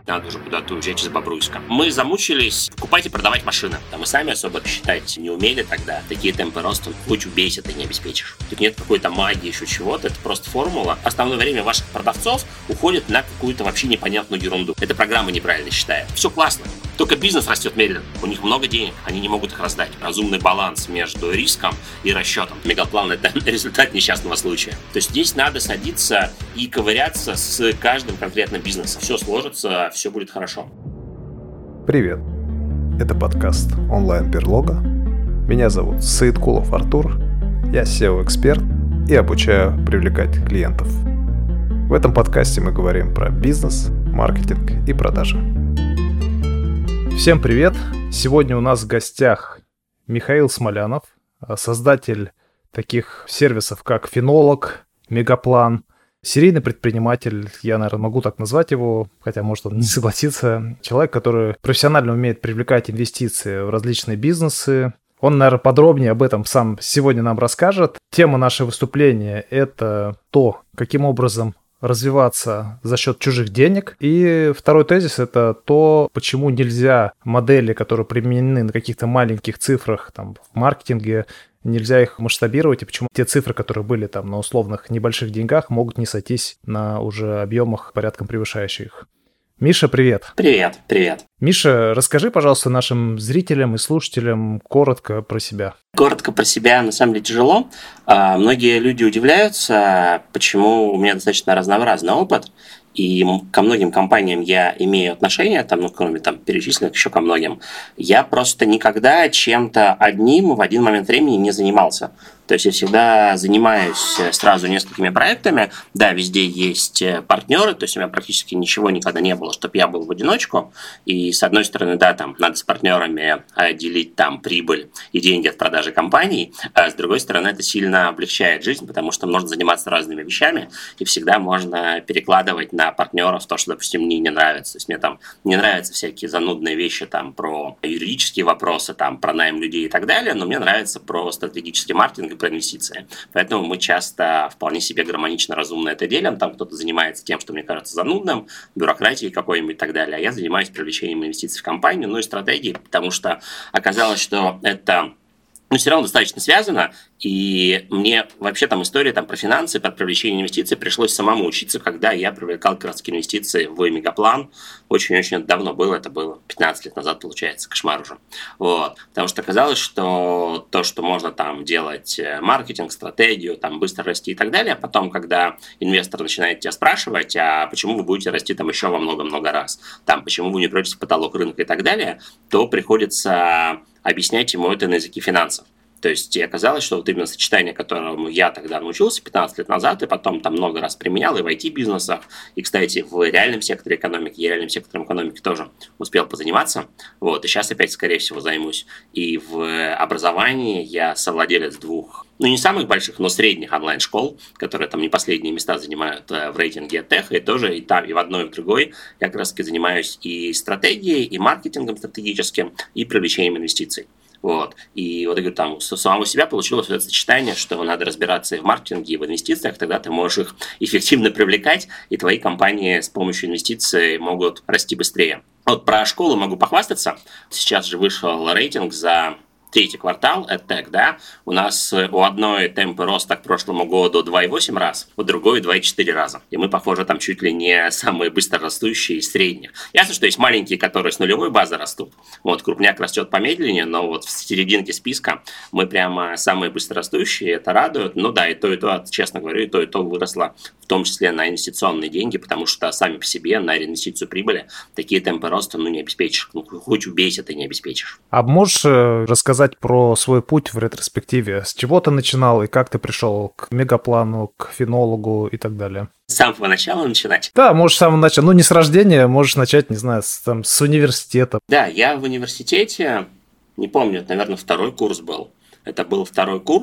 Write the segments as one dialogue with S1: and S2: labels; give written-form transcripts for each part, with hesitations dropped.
S1: надо уже куда-то уезжать из Бобруйска. Мы замучились покупать и продавать машины. Мы сами особо считать не умели тогда. Такие темпы роста, хоть убейся, ты не обеспечишь. Тут нет какой-то магии, еще чего-то, это просто формула. Основное время ваших продавцов уходит на какую-то вообще непонятную ерунду. Эта программа неправильно считает. Все классно, только бизнес растет медленно. У них много денег, они не могут их раздать. Разумный баланс между риском и расчетом. Мегаплан — это результат несчастного случая. То есть здесь надо садиться и ковыряться с каждым конкретным бизнесом. Все сложится, все будет хорошо.
S2: Привет. Это подкаст онлайн-берлога. Меня зовут Саидкулов Артур. Я SEO-эксперт и обучаю привлекать клиентов. В этом подкасте мы говорим про бизнес, маркетинг и продажи. Всем привет! Сегодня у нас в гостях Михаил Смолянов, создатель таких сервисов, как Финолог, Мегаплан, серийный предприниматель, я, наверное, могу так назвать его, хотя, может, он не согласится. Человек, который профессионально умеет привлекать инвестиции в различные бизнесы. Он, наверное, подробнее об этом сам сегодня нам расскажет. Тема нашего выступления — это то, каким образом развиваться за счет чужих денег. И второй тезис — это то, почему нельзя модели, которые применены на каких-то маленьких цифрах в маркетинге, нельзя их масштабировать, и почему те цифры, которые были на условных небольших деньгах, могут не сойтись на уже объемах, порядком превышающих их. Миша, привет.
S1: Привет.
S2: Миша, расскажи, пожалуйста, нашим зрителям и слушателям коротко про себя.
S1: Коротко про себя, на самом деле, тяжело. Многие люди удивляются, почему у меня достаточно разнообразный опыт, и ко многим компаниям я имею отношение, кроме перечисленных, еще ко многим. Я просто никогда чем-то одним в один момент времени не занимался. То есть я всегда занимаюсь сразу несколькими проектами. Да, везде есть партнеры, то есть у меня практически ничего никогда не было, чтобы я был в одиночку. И с одной стороны, да, надо с партнерами делить прибыль и деньги от продажи компаний, а с другой стороны, это сильно облегчает жизнь, потому что можно заниматься разными вещами, и всегда можно перекладывать на партнеров то, что, допустим, мне не нравится. То есть мне не нравятся всякие занудные вещи про юридические вопросы, про найм людей и так далее, но мне нравится про стратегический маркетинг и про инвестиции. Поэтому мы часто вполне себе гармонично, разумно это делим. Кто-то занимается тем, что мне кажется занудным, бюрократией какой-нибудь и так далее, а я занимаюсь привлечением инвестиций в компанию, и стратегией, потому что оказалось, что это все равно достаточно связано, и мне вообще история про финансы, про привлечение инвестиций пришлось самому учиться, когда я привлекал как раз инвестиции в Мегаплан. Очень-очень давно было, это было 15 лет назад, получается, кошмар уже. Потому что оказалось, что то, что можно делать маркетинг, стратегию, быстро расти и так далее, а потом, когда инвестор начинает тебя спрашивать, а почему вы будете расти еще во много-много раз, почему вы не пройдете в потолок рынка и так далее, то приходится объяснять ему это на языке финансов. То есть и оказалось, что именно сочетание, которому я тогда научился 15 лет назад, и потом много раз применял и в IT-бизнесах, и, кстати, в реальном секторе экономики, я реальным сектором экономики тоже успел позаниматься. И сейчас опять, скорее всего, займусь. И в образовании я совладелец двух, не самых больших, но средних онлайн-школ, которые не последние места занимают в рейтинге Тех, и тоже и в одной, и в другой я как раз-таки занимаюсь и стратегией, и маркетингом стратегическим, и привлечением инвестиций. И я говорю, с самого себя получилось это сочетание, что надо разбираться и в маркетинге, и в инвестициях, тогда ты можешь их эффективно привлекать, и твои компании с помощью инвестиций могут расти быстрее. Про школу могу похвастаться. Сейчас же вышел рейтинг за третий квартал, это да, у нас у одной темпы роста к прошлому году 2,8 раз, у другой 2,4 раза. И мы, похоже, чуть ли не самые быстрорастущие из средних. Ясно, что есть маленькие, которые с нулевой базы растут. Крупняк растет помедленнее, но в серединке списка мы прямо самые быстрорастущие, это радует. И то, честно говоря, и то выросло, в том числе на инвестиционные деньги, потому что сами по себе на реинвестицию прибыли такие темпы роста не обеспечишь. Хоть убейся, ты не обеспечишь.
S2: А можешь рассказать про свой путь в ретроспективе? С чего ты начинал и как ты пришел к Мегаплану, к Финологу и так далее?
S1: С самого начала начинать?
S2: Да, можешь с самого начала. Не с рождения, можешь начать, не знаю, с университета.
S1: Да, я в университете, не помню, это, наверное, второй курс был. Это был второй курс,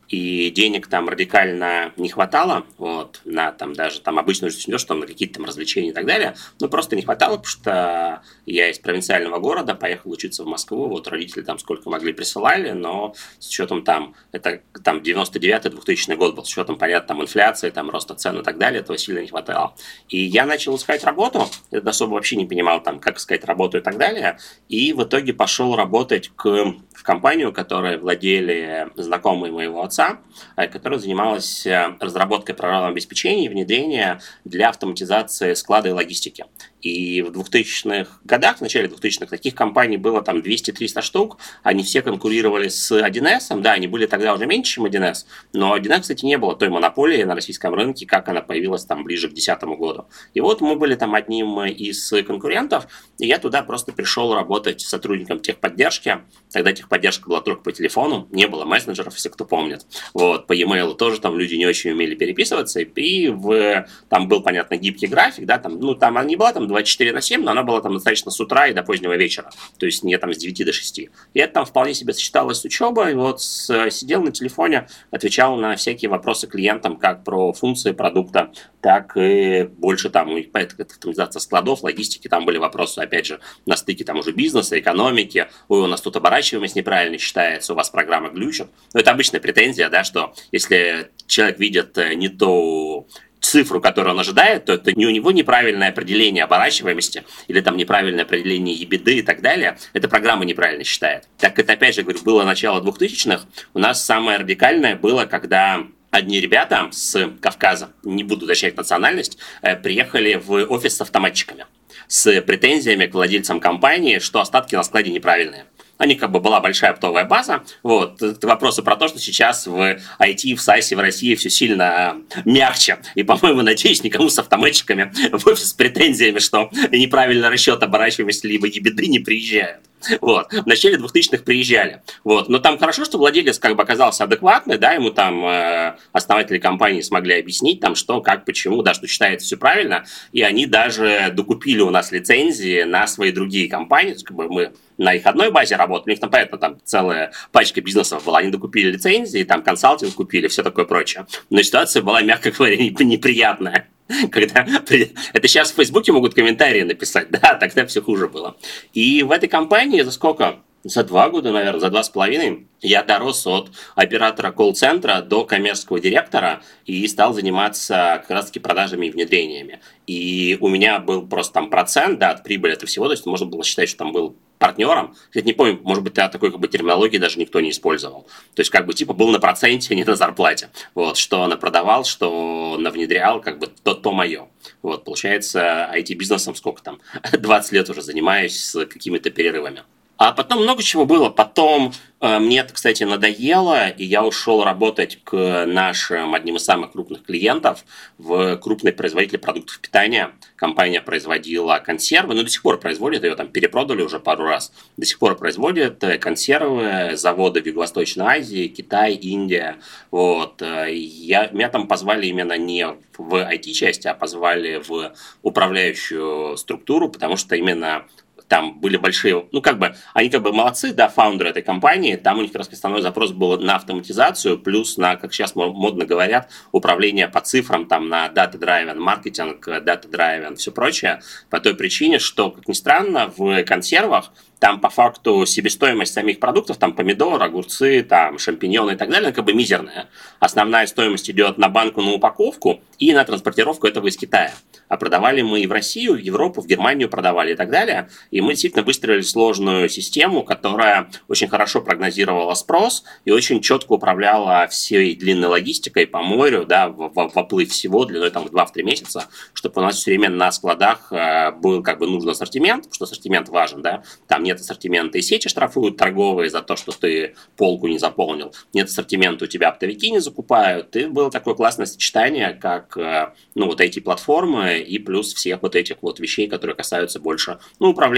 S1: и денег там радикально не хватало, вот, на там даже там обычную жизнь, что там на какие-то там развлечения и так далее, но просто не хватало, потому что я из провинциального города поехал учиться в Москву, вот родители там сколько могли присылали, но с учетом там, это там 99-2000 год был, с учетом, понятно, там инфляции, там роста цен и так далее, этого сильно не хватало. И я начал искать работу, я особо вообще не понимал там, как искать работу и так далее, и в итоге пошел работать в компанию, которой владели знакомые моего отца, которая занималась разработкой программного обеспечения и внедрения для автоматизации склада и логистики. И в 2000-х годах, в начале 2000-х, таких компаний было там 200-300 штук, они все конкурировали с 1С, да, они были тогда уже меньше, чем 1С, но 1С, кстати, не было той монополии на российском рынке, как она появилась там ближе к 2010 году. И вот мы были там одним из конкурентов, и я туда просто пришел работать сотрудником техподдержки. Тогда техподдержка была только по телефону, не было мессенджеров, все, кто помнит. Вот, по e-mail тоже там люди не очень умели переписываться, и там был, понятно, гибкий график, да, там, ну, там она не была там 24/7, но она была там достаточно с утра и до позднего вечера, то есть не там с 9 до 6. И это там вполне себе сочеталось с учебой, вот сидел на телефоне, отвечал на всякие вопросы клиентам, как про функции продукта, так и больше там автоматизация складов, логистики, там были вопросы, опять же, на стыке там уже бизнеса, экономики, ой, у нас тут оборачиваемость неправильно считается, у вас программа глючит. Но это обычная претензия, да, что если человек видит не ту цифру, которую он ожидает, то это не у него неправильное определение оборачиваемости или там неправильное определение EBITDA и так далее. Эта программа неправильно считает. Так это, опять же, говорю, было начало 2000-х. У нас самое радикальное было, когда одни ребята с Кавказа, не буду уточнять национальность, приехали в офис с автоматчиками с претензиями к владельцам компании, что остатки на складе неправильные. У них как бы была большая оптовая база. Вот. Это вопросы про то, что сейчас в IT, в SaaS, в России все сильно мягче. И, по-моему, надеюсь, никому с автоматчиками в офис с претензиями, что неправильный расчет оборачиваемости либо EBITDA не приезжают. Вот. В начале 2000-х приезжали. Вот. Но там хорошо, что владелец как бы оказался адекватный, да, ему там основатели компании смогли объяснить, там, что, как, почему, да, что считается все правильно, и они даже докупили у нас лицензии на свои другие компании, как бы мы на их одной базе работали, у них там, понятно, там целая пачка бизнесов была, они докупили лицензии, там консалтинг купили, все такое прочее. Но ситуация была, мягко говоря, неприятная. Когда это сейчас в Фейсбуке могут комментарии написать, да, тогда все хуже было. И в этой компании за сколько? За 2 года, наверное, за 2,5 я дорос от оператора колл-центра до коммерческого директора и стал заниматься как раз-таки продажами и внедрениями. И у меня был просто там процент, да, от прибыли от всего, то есть можно было считать, что там был партнером. Я не помню, может быть, такой как бы терминологии даже никто не использовал. То есть как бы типа был на проценте, а не на зарплате. Вот, что он продавал, что внедрял, как бы то мое. Вот, получается, IT-бизнесом сколько там, 20 лет уже занимаюсь с какими-то перерывами. А потом много чего было. Потом мне это, кстати, надоело, и я ушел работать к нашим одним из самых крупных клиентов в крупный производитель продуктов питания. Компания производила консервы, но до сих пор производит, ее там перепродали уже пару раз. До сих пор производит консервы, заводы в Юго-Восточной Азии, Китай, Индия. Вот. Меня там позвали именно не в IT-части, а позвали в управляющую структуру, потому что именно там были большие, ну, как бы, они как бы молодцы, да, фаундеры этой компании, там у них как раз основной запрос был на автоматизацию, плюс на, как сейчас модно говорят, управление по цифрам, там, на data-driven маркетинг, data-driven, все прочее, по той причине, что, как ни странно, в консервах там по факту себестоимость самих продуктов, там помидоры, огурцы, там шампиньоны и так далее, как бы мизерная. Основная стоимость идет на банку, на упаковку и на транспортировку этого из Китая. А продавали мы и в Россию, в Европу, в Германию продавали и так далее. И мы действительно выстроили сложную систему, которая очень хорошо прогнозировала спрос и очень четко управляла всей длинной логистикой по морю, да, в оплыв всего длиной там в 2-3 месяца, чтобы у нас все время на складах был как бы нужный ассортимент, потому что ассортимент важен, да, там нет ассортимента, и сети штрафуют торговые за то, что ты полку не заполнил, нет ассортимента, у тебя оптовики не закупают, и было такое классное сочетание, как, ну, вот эти платформы и плюс всех вот этих вот вещей, которые касаются больше, ну, управления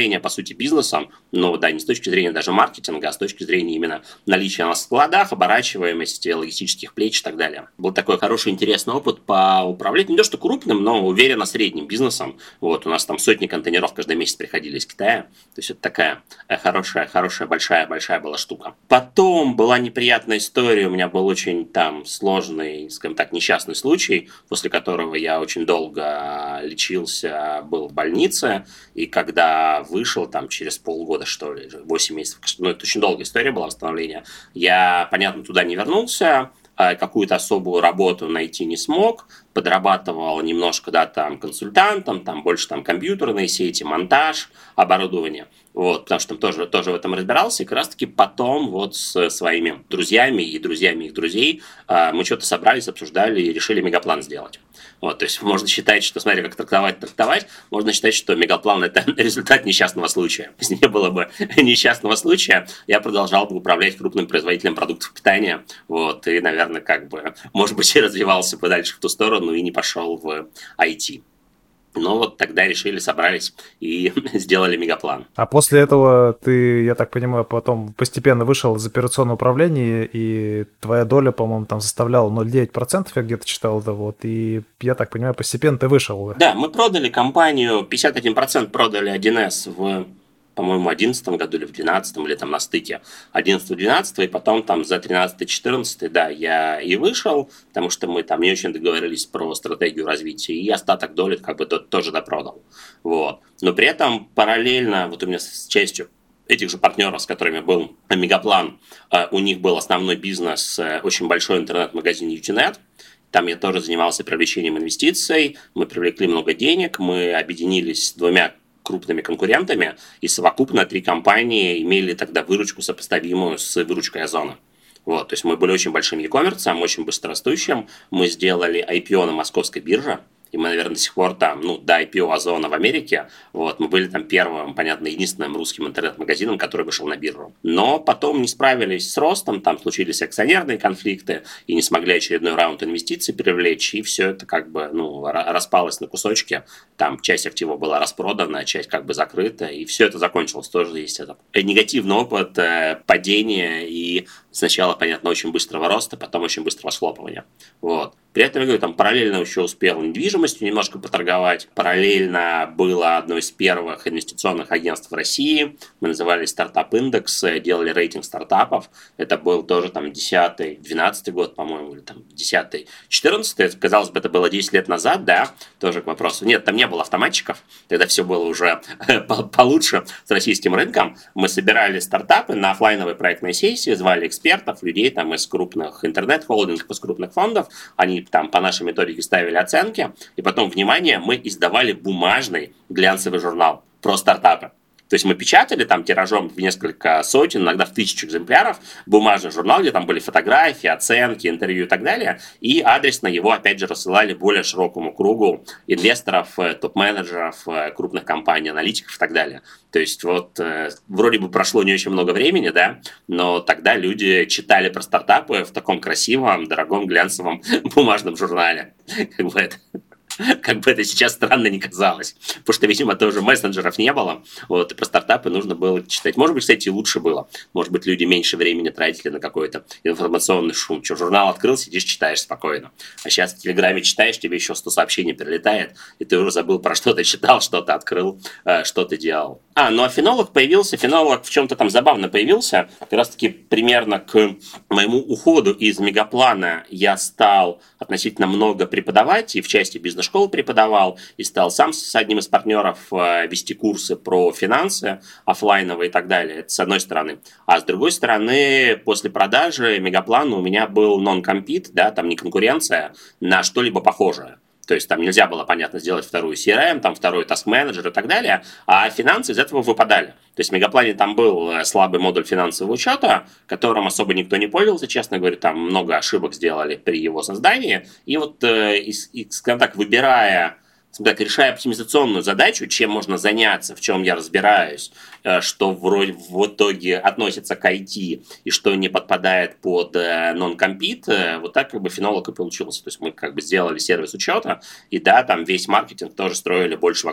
S1: управления, по сути, бизнесом, но да, не с точки зрения даже маркетинга, а с точки зрения именно наличия на складах, оборачиваемости, логистических плеч и так далее. Был такой хороший, интересный опыт по управлению, не то что крупным, но уверенно средним бизнесом. Вот, у нас там сотни контейнеров каждый месяц приходили из Китая. То есть это такая хорошая, большая была штука. Потом была неприятная история, у меня был очень там сложный, скажем так, несчастный случай, после которого я очень долго лечился, был в больнице, и когда вышел там через полгода, что ли, 8 месяцев, ну это очень долгая история была восстановления, я, понятно, туда не вернулся, какую-то особую работу найти не смог, подрабатывал немножко, да, там, консультантом, там, больше там компьютерные сети, монтаж, оборудование, вот, потому что там тоже в этом разбирался, и как раз-таки потом вот с своими друзьями и друзьями их друзей мы что-то собрались, обсуждали и решили мегаплан сделать. Вот, то есть можно считать, что, смотри, как трактовать, можно считать, что мегаплан – это результат несчастного случая. Если не было бы несчастного случая, я продолжал бы управлять крупным производителем продуктов питания, вот, и, наверное, как бы, может быть, и развивался бы дальше в ту сторону и не пошел в IT. Но вот тогда решили, собрались и сделали мегаплан.
S2: А после этого ты, я так понимаю, потом постепенно вышел из операционного управления, и твоя доля, по-моему, там составляла 0,9%, я где-то читал это, вот, и я так понимаю, постепенно ты вышел.
S1: Да, мы продали компанию, 51% продали 1С в, по-моему, в 2011 году или в 2012, или там на стыке 11-12, и потом там за 13-14, да, я и вышел, потому что мы там не очень договорились про стратегию развития, и остаток доли как бы тоже допродал. Вот. Но при этом параллельно, вот у меня с частью этих же партнеров, с которыми был мегаплан, у них был основной бизнес, очень большой интернет-магазин Utenet. Там я тоже занимался привлечением инвестиций, мы привлекли много денег, мы объединились с двумя крупными конкурентами, и совокупно 3 компании имели тогда выручку, сопоставимую с выручкой Озона. Вот, то есть мы были очень большим e-commerce, очень быстрорастущим, мы сделали IPO на московской бирже, и мы, наверное, до сих пор там, ну, до IPO Озона в Америке, вот, мы были там первым, понятно, единственным русским интернет-магазином, который вышел на биржу. Но потом не справились с ростом, там случились акционерные конфликты, и не смогли очередной раунд инвестиций привлечь, и все это как бы, ну, распалось на кусочки, там часть активов была распродана, часть как бы закрыта, и все это закончилось, тоже есть этот негативный опыт падения и сначала, понятно, очень быстрого роста, потом очень быстрого схлопывания. Вот. При этом, я говорю, там параллельно еще успел недвижимостью немножко поторговать. Параллельно было одно из первых инвестиционных агентств в России. Мы назывались Startup Index, делали рейтинг стартапов. Это был тоже там 10-12 год, по-моему, или там 10-14. Казалось бы, это было 10 лет назад, да, тоже к вопросу. Нет, там не было автоматчиков. Тогда все было уже получше с российским рынком. Мы собирали стартапы на офлайновой проектной сессии, звали экспертов, людей там из крупных интернет-холдингов, из крупных фондов. Они там по нашей методике ставили оценки, и потом, внимание, мы издавали бумажный глянцевый журнал про стартапы. То есть мы печатали там тиражом в несколько сотен, иногда в 1000 экземпляров бумажный журнал, где там были фотографии, оценки, интервью и так далее, и адресно его, опять же, рассылали более широкому кругу инвесторов, топ-менеджеров, крупных компаний, аналитиков и так далее. То есть вот вроде бы прошло не очень много времени, да, но тогда люди читали про стартапы в таком красивом, дорогом, глянцевом бумажном журнале. Как бы это сейчас странно не казалось. Потому что, видимо, тоже мессенджеров не было. Вот, и про стартапы нужно было читать. Может быть, кстати, и лучше было. Может быть, люди меньше времени тратили на какой-то информационный шум. Что, журнал открыл, сидишь, читаешь спокойно. А сейчас в Телеграме читаешь, тебе еще 100 сообщений прилетает, и ты уже забыл, про что ты читал, что ты открыл, что ты делал. Ну а фенолог появился. Фенолог в чем-то там забавно появился. Как раз таки примерно к моему уходу из мегаплана я стал относительно много преподавать, и в части бизнес-школы преподавал, и стал сам с одним из партнеров вести курсы про финансы, офлайновые и так далее. Это с одной стороны. А с другой стороны, после продажи мегаплана у меня был non-compete, да, там не конкуренция на что-либо похожее. То есть там нельзя было, понятно, сделать вторую CRM, там второй task-менеджер и так далее, а финансы из этого выпадали. То есть в мегаплане там был слабый модуль финансового учета, которым особо никто не пользовался, честно говоря, там много ошибок сделали при его создании. И вот, скажем так, решая оптимизационную задачу, чем можно заняться, в чем я разбираюсь, что вроде в итоге относится к IT и что не подпадает под non-compete, вот так как бы фенолог и получился. То есть мы как бы сделали сервис учета, и да, там весь маркетинг тоже строили больше вокруг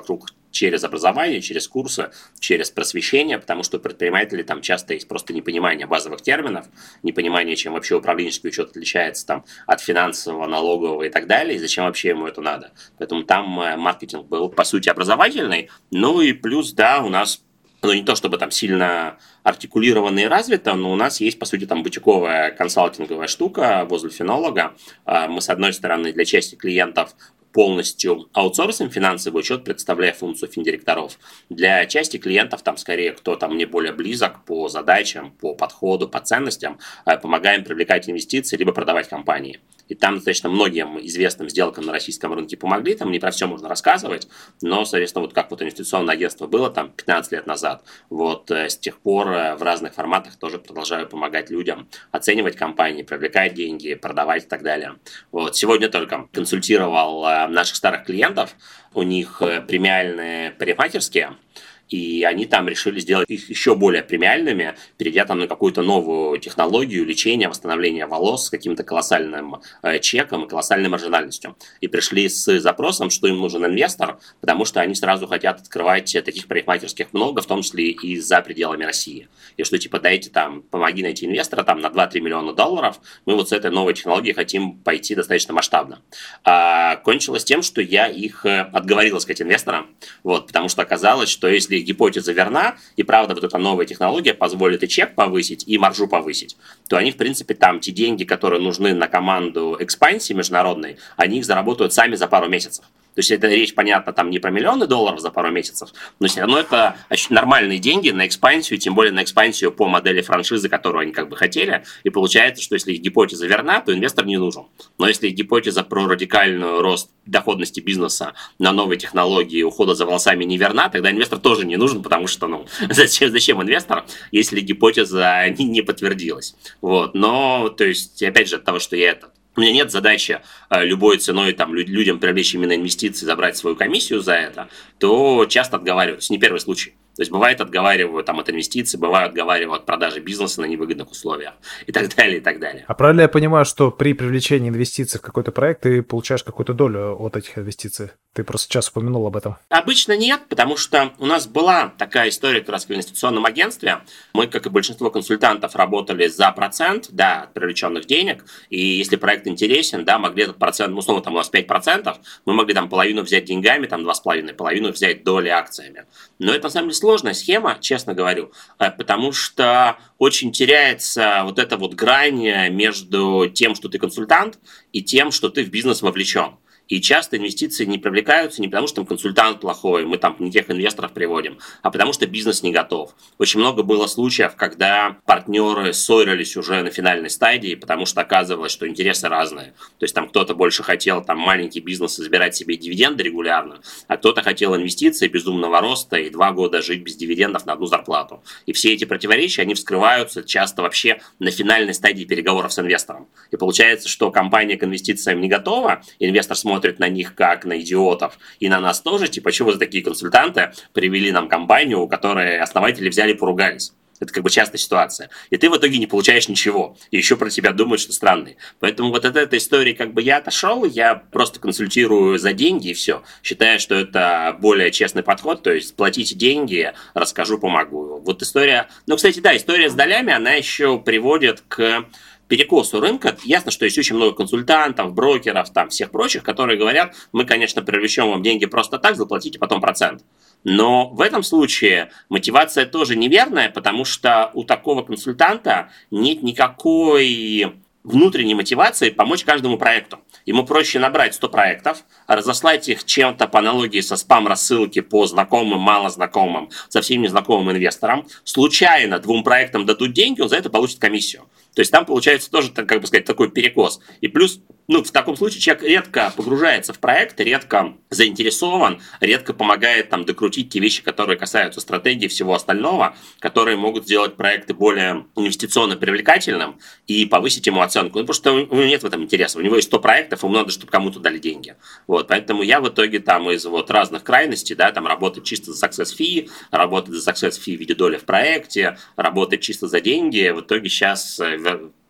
S1: через образование, через курсы, через просвещение, потому что у предпринимателей там часто есть просто непонимание базовых терминов, непонимание, чем вообще управленческий учет отличается там, от финансового, налогового и так далее, и зачем вообще ему это надо. Поэтому там маркетинг был, по сути, образовательный. Ну и плюс, да, у нас не то чтобы там сильно артикулировано и развито, но у нас есть, по сути, там бутиковая консалтинговая штука возле финолога. Мы, с одной стороны, для части клиентов полностью аутсорсим финансовый учет, представляя функцию финдиректоров. Для части клиентов, там скорее, кто там мне более близок по задачам, по подходу, по ценностям, помогаем привлекать инвестиции, либо продавать компании. И там достаточно многим известным сделкам на российском рынке помогли, там не про все можно рассказывать, но, соответственно, вот как вот инвестиционное агентство было там 15 лет назад, вот с тех пор в разных форматах тоже продолжаю помогать людям оценивать компании, привлекать деньги, продавать и так далее. Вот. Сегодня только консультировал наших старых клиентов, у них премиальные парикмахерские, и они там решили сделать их еще более премиальными, перейдя там на какую-то новую технологию лечения, восстановления волос с каким-то колоссальным чеком и колоссальной маржинальностью. И пришли с запросом, что им нужен инвестор, потому что они сразу хотят открывать таких парикмахерских много, в том числе и за пределами России. И что типа дайте там, помоги найти инвестора там на 2-3 миллиона долларов, мы вот с этой новой технологией хотим пойти достаточно масштабно. Кончилось тем, что я их отговорил искать инвестора, вот, потому что оказалось, что если гипотеза верна, и правда вот эта новая технология позволит и чек повысить, и маржу повысить, то они, в принципе, там те деньги, которые нужны на команду экспансии международной, они их заработают сами за пару месяцев. То есть это речь, понятно, там не про миллионы долларов за пару месяцев, но все равно это нормальные деньги на экспансию, тем более на экспансию по модели франшизы, которую они как бы хотели. И получается, что если их гипотеза верна, то инвестор не нужен. Но если их гипотеза про радикальный рост доходности бизнеса на новые технологии ухода за волосами не верна, тогда инвестор тоже не нужен, потому что, зачем инвестор, если гипотеза не подтвердилась. Вот. Но, то есть, опять же, от того, что у меня нет задачи любой ценой там, людям привлечь именно инвестиции, забрать свою комиссию за это, то часто отговариваются. Не первый случай. То есть бывает отговаривают там, от инвестиций, бывает отговаривают от продажи бизнеса на невыгодных условиях и так далее, и так далее.
S2: А правильно я понимаю, что при привлечении инвестиций в какой-то проект ты получаешь какую-то долю от этих инвестиций? Ты просто сейчас упомянул об этом.
S1: Обычно нет, потому что у нас была такая история как раз в инвестиционном агентстве. Мы, как и большинство консультантов, работали за процент, да, от привлеченных денег. И если проект интересен, да, могли этот процент, условно, там у нас 5%, мы могли там половину взять деньгами, там 2,5%, половину взять доли акциями. Но это на самом деле сложная схема, честно говорю, потому что очень теряется вот эта вот грань между тем, что ты консультант, и тем, что ты в бизнес вовлечен. И часто инвестиции не привлекаются не потому, что там консультант плохой, мы там не тех инвесторов приводим, а потому что бизнес не готов. Очень много было случаев, когда партнеры ссорились уже на финальной стадии, потому что оказывалось, что интересы разные. То есть там кто-то больше хотел там маленький бизнес забирать себе дивиденды регулярно, а кто-то хотел инвестиции безумного роста и 2 года жить без дивидендов на одну зарплату. И все эти противоречия, они вскрываются часто вообще на финальной стадии переговоров с инвестором. И получается, что компания к инвестициям не готова, инвестор смотрит на них как на идиотов, и на нас тоже, типа, чего за такие консультанты привели нам компанию, у которой основатели взяли и поругались. Это как бы частая ситуация. И ты в итоге не получаешь ничего. И еще про тебя думают, что странный. Поэтому вот от этой истории как бы я отошел, я просто консультирую за деньги и все. Считаю, что это более честный подход, то есть платите деньги, расскажу, помогу. Вот история... Ну, кстати, да, история с долями, она еще приводит к перекосу рынка. Ясно, что есть очень много консультантов, брокеров, там, всех прочих, которые говорят, мы, конечно, привлечем вам деньги просто так, заплатите потом процент. Но в этом случае мотивация тоже неверная, потому что у такого консультанта нет никакой внутренней мотивации помочь каждому проекту. Ему проще набрать 100 проектов, разослать их чем-то по аналогии со спам-рассылки по знакомым, малознакомым, совсем незнакомым инвесторам. Случайно 2 проектам дадут деньги, он за это получит комиссию. То есть там получается тоже, как бы сказать, такой перекос. И плюс, в таком случае человек редко погружается в проект, редко заинтересован, редко помогает там докрутить те вещи, которые касаются стратегии и всего остального, которые могут сделать проекты более инвестиционно привлекательным и повысить ему оценку. Потому что у него нет в этом интереса. У него есть 100 проектов, ему надо, чтобы кому-то дали деньги. Вот, поэтому я в итоге там из вот разных крайностей, да, там работать чисто за success fee, работать за success fee в виде доли в проекте, работать чисто за деньги. В итоге сейчас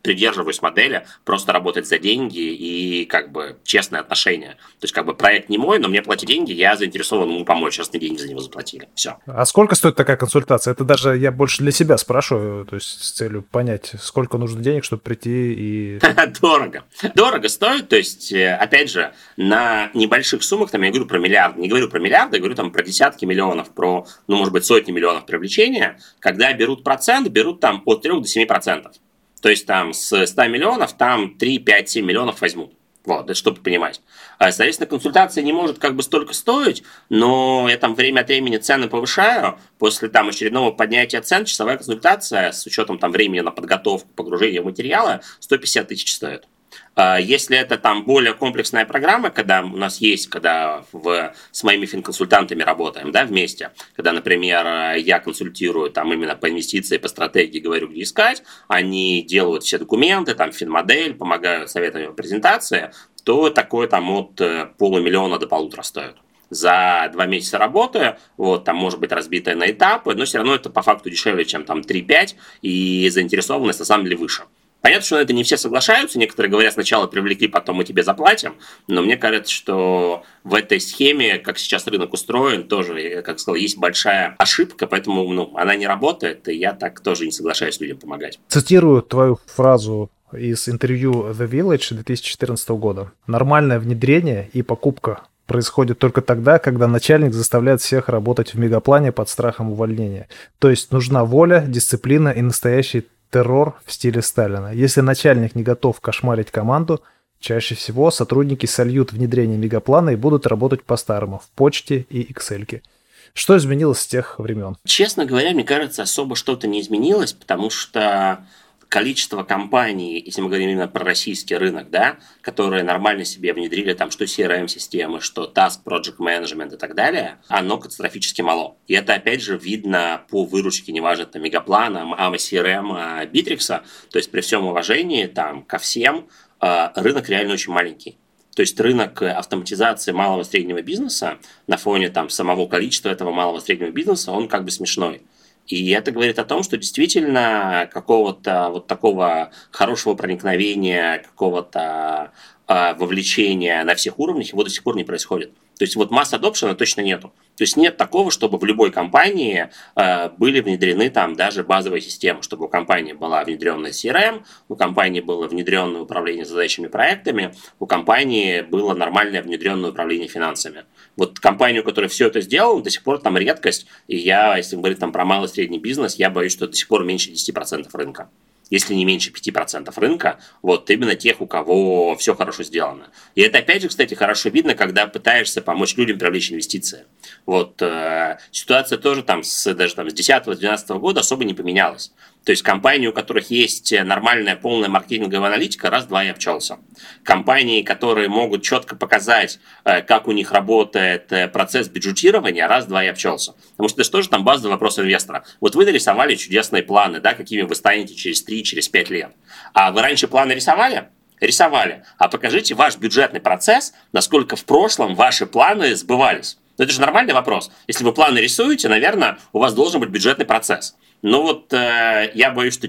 S1: придерживаюсь модели просто работать за деньги и как бы честные отношения. То есть как бы проект не мой, но мне платят деньги, я заинтересован ему помочь, раз мне деньги за него заплатили. Все.
S2: А сколько стоит такая консультация? Это даже я больше для себя спрашиваю, то есть с целью понять, сколько нужно денег, чтобы прийти и...
S1: Дорого. Дорого стоит, то есть, опять же, на небольших суммах, там я говорю про миллиарды, не говорю про миллиарды, я говорю там про десятки миллионов, про, ну, может быть, сотни миллионов привлечения, когда берут процент, берут там от 3 до 7%. То есть там с 100 миллионов, там 3, 5, 7 миллионов возьмут. Вот, это чтобы понимать. Соответственно, консультация не может как бы столько стоить, но я там время от времени цены повышаю. После там очередного поднятия цен часовая консультация с учетом там времени на подготовку, погружение в материалы 150 тысяч стоит. Если это там более комплексная программа, когда у нас есть, когда с моими финконсультантами работаем, да, вместе, когда, например, я консультирую там именно по инвестиции, по стратегии, говорю, где искать, они делают все документы, там финмодель, помогают советами по презентации, то такое там от $500,000 до 1,5 стоит. За 2 месяца работы, вот, там может быть разбитое на этапы, но все равно это по факту дешевле, чем там 3-5, и заинтересованность на самом деле выше. Понятно, что на это не все соглашаются, некоторые говорят, сначала привлеки, потом мы тебе заплатим, но мне кажется, что в этой схеме, как сейчас рынок устроен, тоже, как сказал, есть большая ошибка, поэтому она не работает, и я так тоже не соглашаюсь людям помогать.
S2: Цитирую твою фразу из интервью The Village 2014 года. «Нормальное внедрение и покупка происходит только тогда, когда начальник заставляет всех работать в мегаплане под страхом увольнения. То есть нужна воля, дисциплина и настоящий террор в стиле Сталина. Если начальник не готов кошмарить команду, чаще всего сотрудники сольют внедрение мегаплана и будут работать по-старому в почте и Excel-ке». Что изменилось с тех времен?
S1: Честно говоря, мне кажется, особо что-то не изменилось, потому что количество компаний, если мы говорим именно про российский рынок, да, которые нормально себе внедрили там что CRM-системы, что Task Project Management и так далее, оно катастрофически мало. И это, опять же, видно по выручке, неважно, это Мегаплана, AMA CRM, Bittrex. То есть при всем уважении там, ко всем, рынок реально очень маленький. То есть рынок автоматизации малого и среднего бизнеса на фоне там, самого количества этого малого и среднего бизнеса, он как бы смешной. И это говорит о том, что действительно какого-то вот такого хорошего проникновения, какого-то вовлечения на всех уровнях его до сих пор не происходит. То есть вот масс adoption точно нету. То есть нет такого, чтобы в любой компании были внедрены там даже базовые системы, чтобы у компании была внедренная CRM, у компании было внедренное управление задачами, проектами, у компании было нормальное внедренное управление финансами. Вот компанию, которая все это сделала, до сих пор там редкость, и я, если говорить там про малый и средний бизнес, я боюсь, что до сих пор меньше 10% рынка. Если не меньше 5% рынка, вот именно тех, у кого все хорошо сделано. И это опять же, кстати, хорошо видно, когда пытаешься помочь людям привлечь инвестиции. Вот ситуация тоже там даже там, с 2010-2012 года особо не поменялась. То есть компании, у которых есть нормальная полная маркетинговая аналитика, раз-два и обчелся. Компании, которые могут четко показать, как у них работает процесс бюджетирования, раз-два и обчелся. Потому что это же тоже там базовый вопрос инвестора. Вот вы нарисовали чудесные планы, да, какими вы станете через 3, через 5 лет. А вы раньше планы рисовали? Рисовали. А покажите ваш бюджетный процесс, насколько в прошлом ваши планы сбывались. Но это же нормальный вопрос. Если вы планы рисуете, наверное, у вас должен быть бюджетный процесс. Но вот я боюсь, что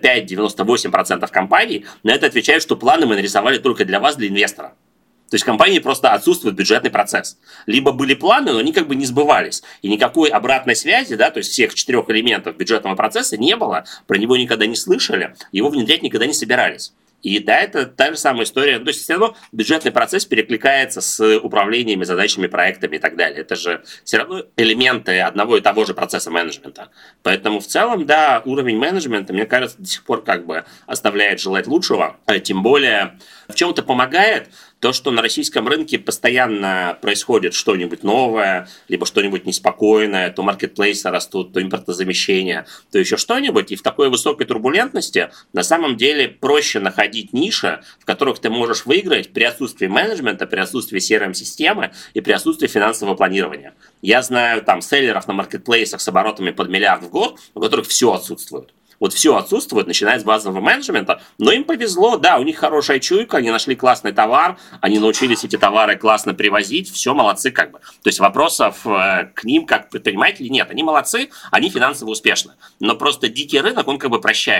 S1: 95-98% компаний на это отвечают, что планы мы нарисовали только для вас, для инвестора. То есть в компании просто отсутствует бюджетный процесс. Либо были планы, но они как бы не сбывались. И никакой обратной связи, да, то есть всех 4 элементов бюджетного процесса не было, про него никогда не слышали, его внедрять никогда не собирались. И да, это та же самая история. То есть все равно бюджетный процесс перекликается с управлениями, задачами, проектами и так далее. Это же все равно элементы одного и того же процесса менеджмента. Поэтому в целом, да, уровень менеджмента, мне кажется, до сих пор как бы оставляет желать лучшего. Тем более в чем-то помогает то, что на российском рынке постоянно происходит что-нибудь новое, либо что-нибудь неспокойное, то маркетплейсы растут, то импортозамещение, то еще что-нибудь. И в такой высокой турбулентности на самом деле проще находить ниши, в которых ты можешь выиграть при отсутствии менеджмента, при отсутствии CRM-системы и при отсутствии финансового планирования. Я знаю там селлеров на маркетплейсах с оборотами под $1 миллиард в год, у которых все отсутствует. Вот все отсутствует, начиная с базового менеджмента, но им повезло, да, у них хорошая чуйка, они нашли классный товар, они научились эти товары классно привозить, все, молодцы как бы. То есть вопросов к ним как предпринимателей нет, они молодцы, они финансово успешны, но просто дикий рынок, он как бы прощает.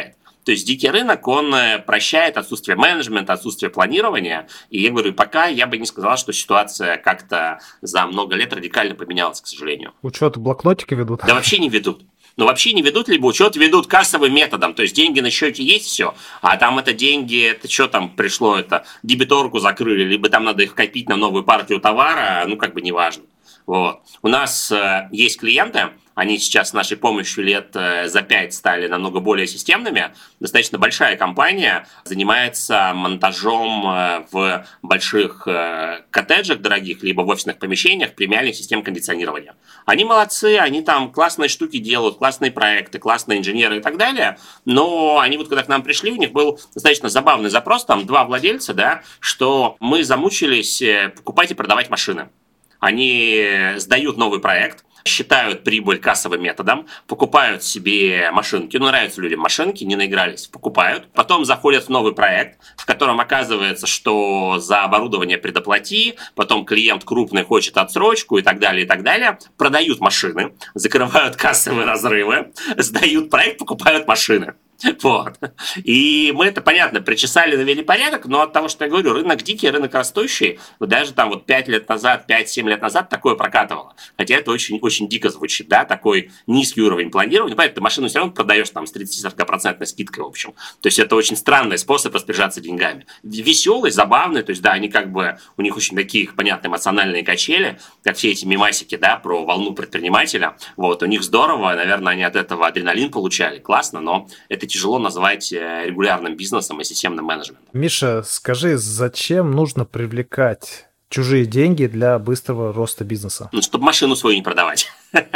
S1: То есть дикий рынок, он прощает отсутствие менеджмента, отсутствие планирования. И я говорю, пока я бы не сказал, что ситуация как-то за много лет радикально поменялась, к сожалению.
S2: Учет блокнотики ведут?
S1: Да вообще не ведут. Но вообще не ведут, либо учет ведут кассовым методом. То есть деньги на счете есть, все, а там это деньги, это что там пришло, это дебиторку закрыли, либо там надо их копить на новую партию товара, ну как бы неважно. Вот. У нас есть клиенты, они сейчас с нашей помощью лет за 5 стали намного более системными. Достаточно большая компания занимается монтажом в больших коттеджах дорогих, либо в офисных помещениях премиальных систем кондиционирования. Они молодцы, они там классные штуки делают, классные проекты, классные инженеры и так далее. Но они вот когда к нам пришли, у них был достаточно забавный запрос, там 2 владельца, да, что мы замучились покупать и продавать машины. Они сдают новый проект, считают прибыль кассовым методом, покупают себе машинки, ну, нравятся людям машинки, не наигрались, покупают, потом заходят в новый проект, в котором оказывается, что за оборудование предоплати, потом клиент крупный хочет отсрочку и так далее, продают машины, закрывают кассовые разрывы, сдают проект, покупают машины. Вот. И мы это, понятно, причесали, навели порядок, но от того, что я говорю, рынок дикий, рынок растущий, даже там вот 5 лет назад, 5-7 лет назад такое прокатывало. Хотя это очень, очень дико звучит, да, такой низкий уровень планирования. Поэтому ты машину все равно продаешь там с 30-40% скидкой, в общем. То есть это очень странный способ распоряжаться деньгами. Веселый, забавный, то есть да, они как бы, у них очень такие, понятно, эмоциональные качели, как все эти мемасики, да, про волну предпринимателя. Вот, у них здорово, наверное, они от этого адреналин получали, классно, но это тяжело назвать регулярным бизнесом и системным менеджментом.
S2: Миша, скажи, зачем нужно привлекать чужие деньги для быстрого роста бизнеса?
S1: Ну, чтобы машину свою не продавать.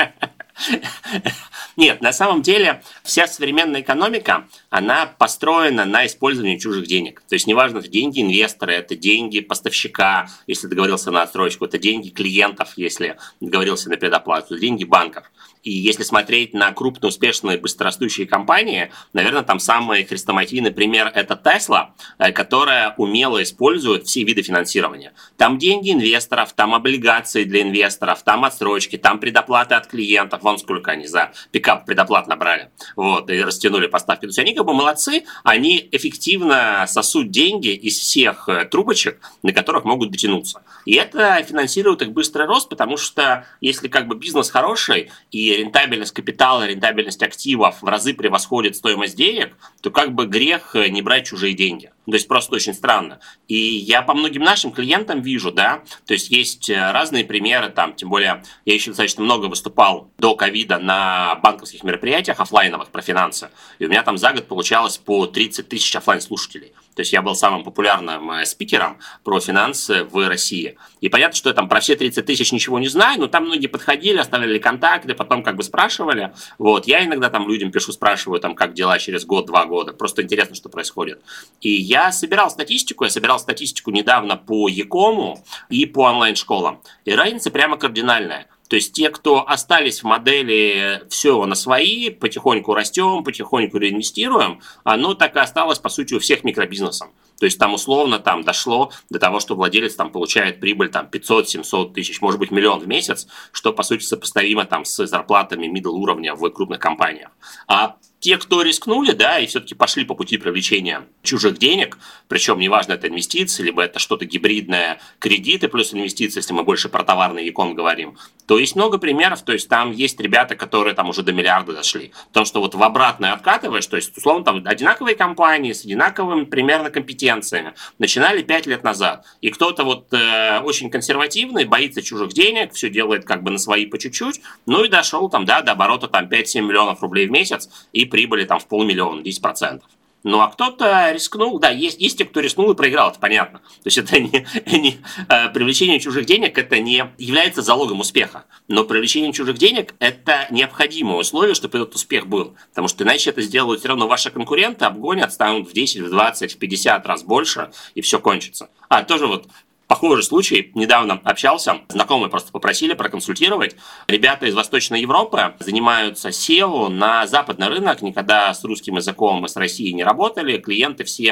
S1: Нет, на самом деле вся современная экономика, она построена на использовании чужих денег. То есть неважно, это деньги инвестора, это деньги поставщика, если договорился на отсрочку, это деньги клиентов, если договорился на предоплату, деньги банков. И если смотреть на крупные, успешные, быстрорастущие компании, наверное, там самый хрестоматийный пример – это Tesla, которая умело использует все виды финансирования. Там деньги инвесторов, там облигации для инвесторов, там отсрочки, там предоплаты от клиентов. Вон сколько они за пикап предоплат набрали. Вот, и растянули поставки. То есть они как бы молодцы, они эффективно сосут деньги из всех трубочек, на которых могут дотянуться. И это финансирует их быстрый рост, потому что если как бы бизнес хороший и рентабельность капитала, рентабельность активов в разы превосходит стоимость денег, то как бы грех не брать чужие деньги. То есть просто очень странно. И я по многим нашим клиентам вижу, да, то есть есть разные примеры, там, тем более я еще достаточно много выступал до ковида на банковских мероприятиях офлайновых про финансы, и у меня там за год получалось по 30 тысяч офлайн-слушателей. То есть я был самым популярным спикером про финансы в России. И понятно, что я там про все 30 тысяч ничего не знаю, но там многие подходили, оставляли контакты, потом как бы спрашивали. Вот. Я иногда там людям пишу, спрашиваю, там, как дела через год-два года. Просто интересно, что происходит. И я собирал статистику недавно по Якому и по онлайн-школам. И разница прямо кардинальная. То есть те, кто остались в модели все на свои, потихоньку растем, потихоньку реинвестируем, оно так и осталось, по сути, у всех микробизнесов. То есть там условно там дошло до того, что владелец там получает прибыль там 500-700 тысяч, может быть, миллион в месяц, что, по сути, сопоставимо там с зарплатами middle уровня в крупных компаниях. А те, кто рискнули, да, и все-таки пошли по пути привлечения чужих денег, причем неважно, это инвестиции, либо это что-то гибридное, кредиты плюс инвестиции, если мы больше про товарный яком говорим, то есть много примеров, то есть там есть ребята, которые там уже до миллиарда дошли. Потому что вот в обратное откатываешь, то есть, условно, там одинаковые компании с одинаковыми примерно компетенциями начинали 5 лет назад. И кто-то вот очень консервативный, боится чужих денег, все делает как бы на свои по чуть-чуть, ну и дошел там, да, до оборота там 5-7 миллионов рублей в месяц и прибыли там в 500 000, 10%. Ну, а кто-то рискнул, да, есть те, кто рискнул и проиграл, это понятно. То есть это не привлечение чужих денег, это не является залогом успеха. Но привлечение чужих денег – это необходимое условие, чтобы этот успех был. Потому что иначе это сделают все равно ваши конкуренты, обгонят, станут в 10, в 20, в 50 раз больше, и все кончится. Тоже вот похожий случай, недавно общался, знакомые просто попросили проконсультировать. Ребята из Восточной Европы занимаются SEO на западный рынок, никогда с русским языком и с Россией не работали, клиенты все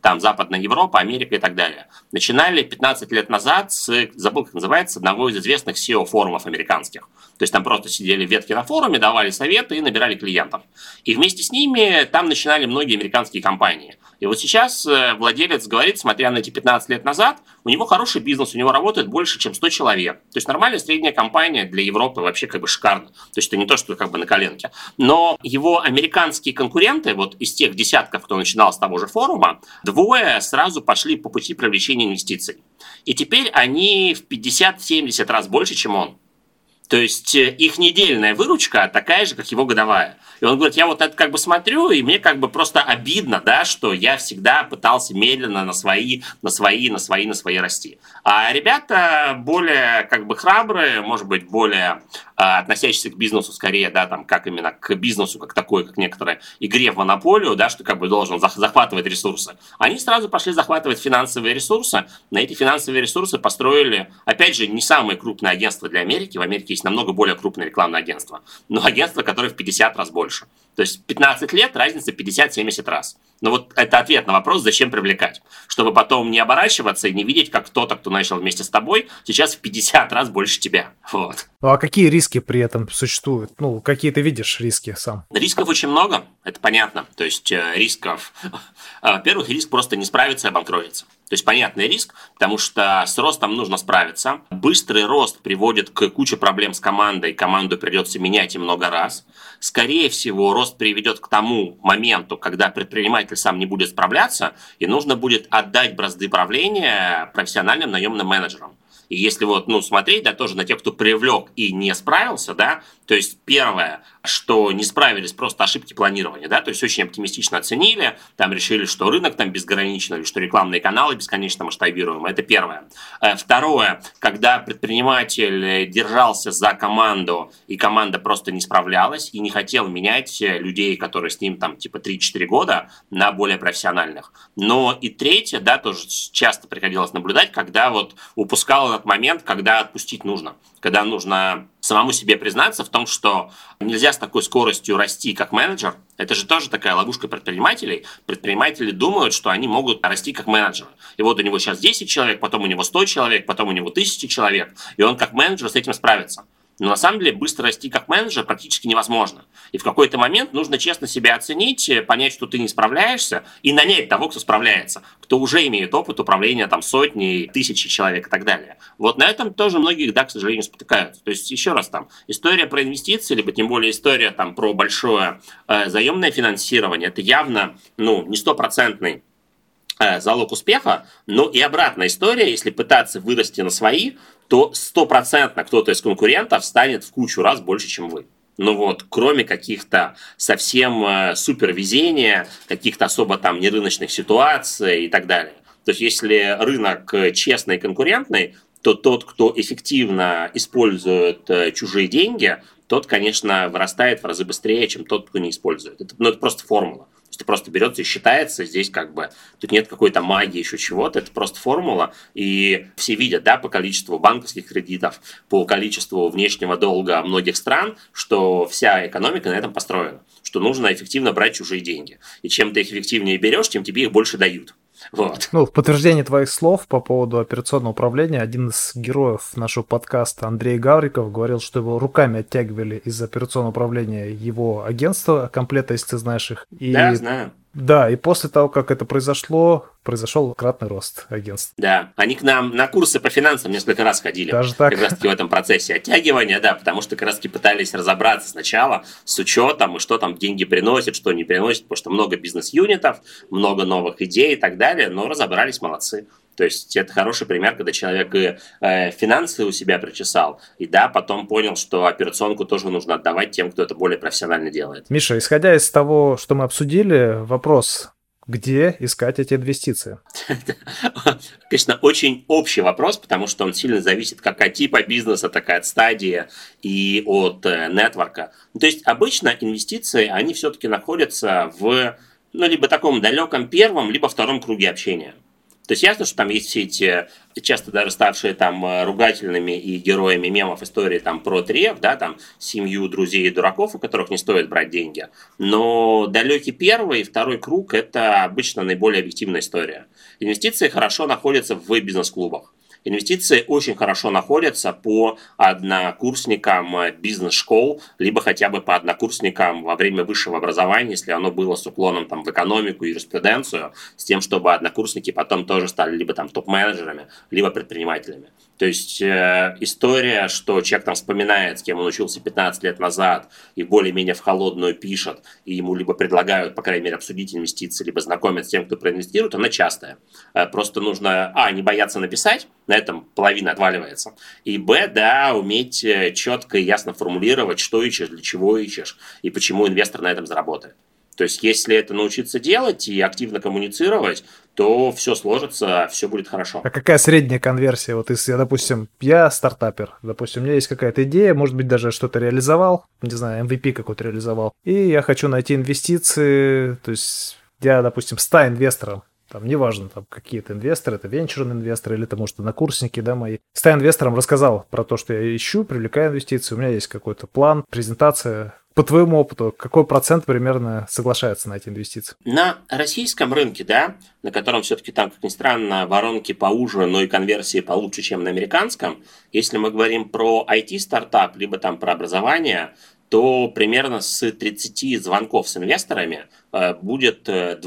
S1: там Западная Европа, Америка и так далее. Начинали 15 лет назад забыл, как называется, одного из известных SEO-форумов американских. То есть там просто сидели ветки на форуме, давали советы и набирали клиентов. И вместе с ними там начинали многие американские компании. И вот сейчас владелец говорит, смотря на эти 15 лет назад, у него хороший бизнес, у него работает больше, чем 100 человек. То есть нормальная средняя компания для Европы вообще как бы шикарно. То есть это не то, что как бы на коленке. Но его американские конкуренты, вот из тех десятков, кто начинал с того же форума, двое сразу пошли по пути привлечения инвестиций. И теперь они в 50-70 раз больше, чем он. То есть их недельная выручка такая же, как его годовая. И он говорит, я вот это как бы смотрю, и мне как бы просто обидно, да, что я всегда пытался медленно на свои расти. А ребята более как бы храбрые, может быть, более относящиеся к бизнесу скорее, да, там, как именно к бизнесу, как такой, как некоторые игре в монополию, да, что как бы должен захватывать ресурсы. Они сразу пошли захватывать финансовые ресурсы. На эти финансовые ресурсы построили, опять же, не самые крупные агентства для Америки. В Америке есть намного более крупные рекламные агентства, но агентства, которые в 50 раз больше. То есть 15 лет, разница 50-70 раз. Но вот это ответ на вопрос, зачем привлекать. Чтобы потом не оборачиваться и не видеть, как кто-то, кто начал вместе с тобой, сейчас в 50 раз больше тебя. Вот.
S2: Ну а какие риски при этом существуют? Ну, какие ты видишь риски сам?
S1: Рисков очень много, это понятно. То есть рисков... Во-первых, риск просто не справиться и обанкротиться. То есть понятный риск, потому что с ростом нужно справиться. Быстрый рост приводит к куче проблем с командой, команду придется менять и много раз. Скорее всего, рост приведет к тому моменту, когда предприниматель сам не будет справляться, и нужно будет отдать бразды правления профессиональным наемным менеджерам. И если вот, смотреть, да, тоже на тех, кто привлек и не справился, да, то есть первое, что не справились, просто ошибки планирования, да, то есть очень оптимистично оценили, там решили, что рынок там безграничен, или что рекламные каналы бесконечно масштабируемы, это первое. Второе, когда предприниматель держался за команду, и команда просто не справлялась, и не хотел менять людей, которые с ним там типа 3-4 года, на более профессиональных. Но и третье, да, тоже часто приходилось наблюдать, когда вот упускал этот момент, когда отпустить нужно, когда нужно самому себе признаться в том, что нельзя с такой скоростью расти, как менеджер. Это же тоже такая ловушка предпринимателей. Предприниматели думают, что они могут расти как менеджеры. И вот у него сейчас 10 человек, потом у него 100 человек, потом у него 1000 человек, и он как менеджер с этим справится. Но на самом деле быстро расти как менеджер практически невозможно. И в какой-то момент нужно честно себя оценить, понять, что ты не справляешься, и нанять того, кто справляется, кто уже имеет опыт управления там сотней, тысячи человек и так далее. Вот на этом тоже многие, да, к сожалению, спотыкаются. То есть, еще раз, там, история про инвестиции, либо тем более история там, про большое заемное финансирование, это явно не стопроцентный залог успеха, но и обратная история, если пытаться вырасти на свои, то 100% кто-то из конкурентов станет в кучу раз больше, чем вы. Ну вот, кроме каких-то совсем супервезения, каких-то особо там нерыночных ситуаций и так далее. То есть, если рынок честный и конкурентный, то тот, кто эффективно использует чужие деньги, тот, конечно, вырастает в разы быстрее, чем тот, кто не использует. Это просто формула. Это просто берется и считается, здесь как бы тут нет какой-то магии, еще чего-то, это просто формула, и все видят, да, по количеству банковских кредитов, по количеству внешнего долга многих стран, что вся экономика на этом построена, что нужно эффективно брать чужие деньги. И чем ты их эффективнее берешь, тем тебе их больше дают. Вот.
S2: В подтверждение твоих слов по поводу операционного управления, один из героев нашего подкаста, Андрей Гавриков, говорил, что его руками оттягивали из операционного управления его агентства, комплета, если ты знаешь их.
S1: Да, знаю.
S2: Да, и после того, как это произошел кратный рост агентств.
S1: Да, они к нам на курсы по финансам несколько раз ходили.
S2: Даже так?
S1: Как раз-таки в этом процессе оттягивания, да, потому что как раз-таки пытались разобраться сначала с учетом, и что там деньги приносят, что не приносят, потому что много бизнес-юнитов, много новых идей и так далее, но разобрались, молодцы. То есть это хороший пример, когда человек и финансы у себя причесал, и да, потом понял, что операционку тоже нужно отдавать тем, кто это более профессионально делает.
S2: Миша, исходя из того, что мы обсудили, вопрос, где искать эти инвестиции?
S1: Конечно, очень общий вопрос, потому что он сильно зависит как от типа бизнеса, так и от стадии и от нетворка. То есть обычно инвестиции, они все-таки находятся в либо таком далеком первом, либо втором круге общения. То есть ясно, что там есть все эти, часто даже ставшие там ругательными и героями мемов истории там про треф, да, там семью друзей и дураков, у которых не стоит брать деньги. Но далекий первый и второй круг – это обычно наиболее объективная история. Инвестиции хорошо находятся в бизнес-клубах. Инвестиции очень хорошо находятся по однокурсникам бизнес-школ, либо хотя бы по однокурсникам во время высшего образования, если оно было с уклоном там, в экономику, юриспруденцию, с тем, чтобы однокурсники потом тоже стали либо там топ-менеджерами, либо предпринимателями. То есть история, что человек там вспоминает, с кем он учился 15 лет назад, и более-менее в холодную пишет, и ему либо предлагают, по крайней мере, обсудить инвестиции, либо знакомят с тем, кто проинвестирует, она частая. Просто нужно, не бояться написать, на этом половина отваливается, и да, уметь четко и ясно формулировать, что ищешь, для чего ищешь, и почему инвестор на этом заработает. То есть, если это научиться делать и активно коммуницировать, то все сложится, все будет хорошо.
S2: А какая средняя конверсия? Вот если, допустим, я стартапер, допустим, у меня есть какая-то идея, может быть, даже что-то реализовал, не знаю, MVP какой-то реализовал, и я хочу найти инвестиции, то есть я, допустим, 100 инвесторам, там, неважно, там, какие-то инвесторы, это венчурные инвесторы, или это, может, однокурсники, да, мои. 100 инвесторам рассказал про то, что я ищу, привлекаю инвестиции, у меня есть какой-то план, презентация. По твоему опыту, какой процент примерно соглашается на эти инвестиции?
S1: На российском рынке, да, на котором все-таки там, как ни странно, воронки поуже, но и конверсии получше, чем на американском, если мы говорим про IT-стартап, либо там про образование, то примерно с 30 звонков с инвесторами будет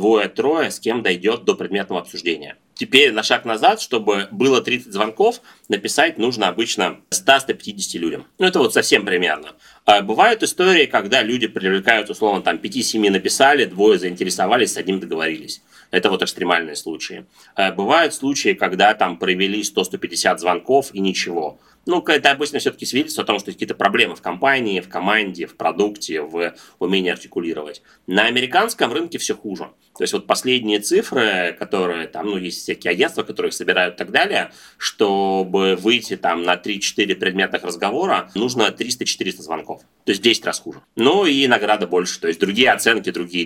S1: 2-3, с кем дойдет до предметного обсуждения. Теперь на шаг назад, чтобы было 30 звонков, написать нужно обычно 100-150 людям. Ну, это вот совсем примерно. Бывают истории, когда люди привлекают, условно, там 5-7 написали, 2 заинтересовались, с одним договорились. Это вот экстремальные случаи. Бывают случаи, когда там провели 100-150 звонков и ничего. Ну, это обычно все-таки свидетельство о том, что есть какие-то проблемы в компании, в команде, в продукте, в умении артикулировать. На американском рынке все хуже. То есть вот последние цифры, которые там, ну, есть всякие агентства, которые их собирают и так далее, чтобы выйти там на 3-4 предметных разговора, нужно 300-400 звонков. То есть в 10 раз хуже. Ну и награда больше. То есть другие оценки, другие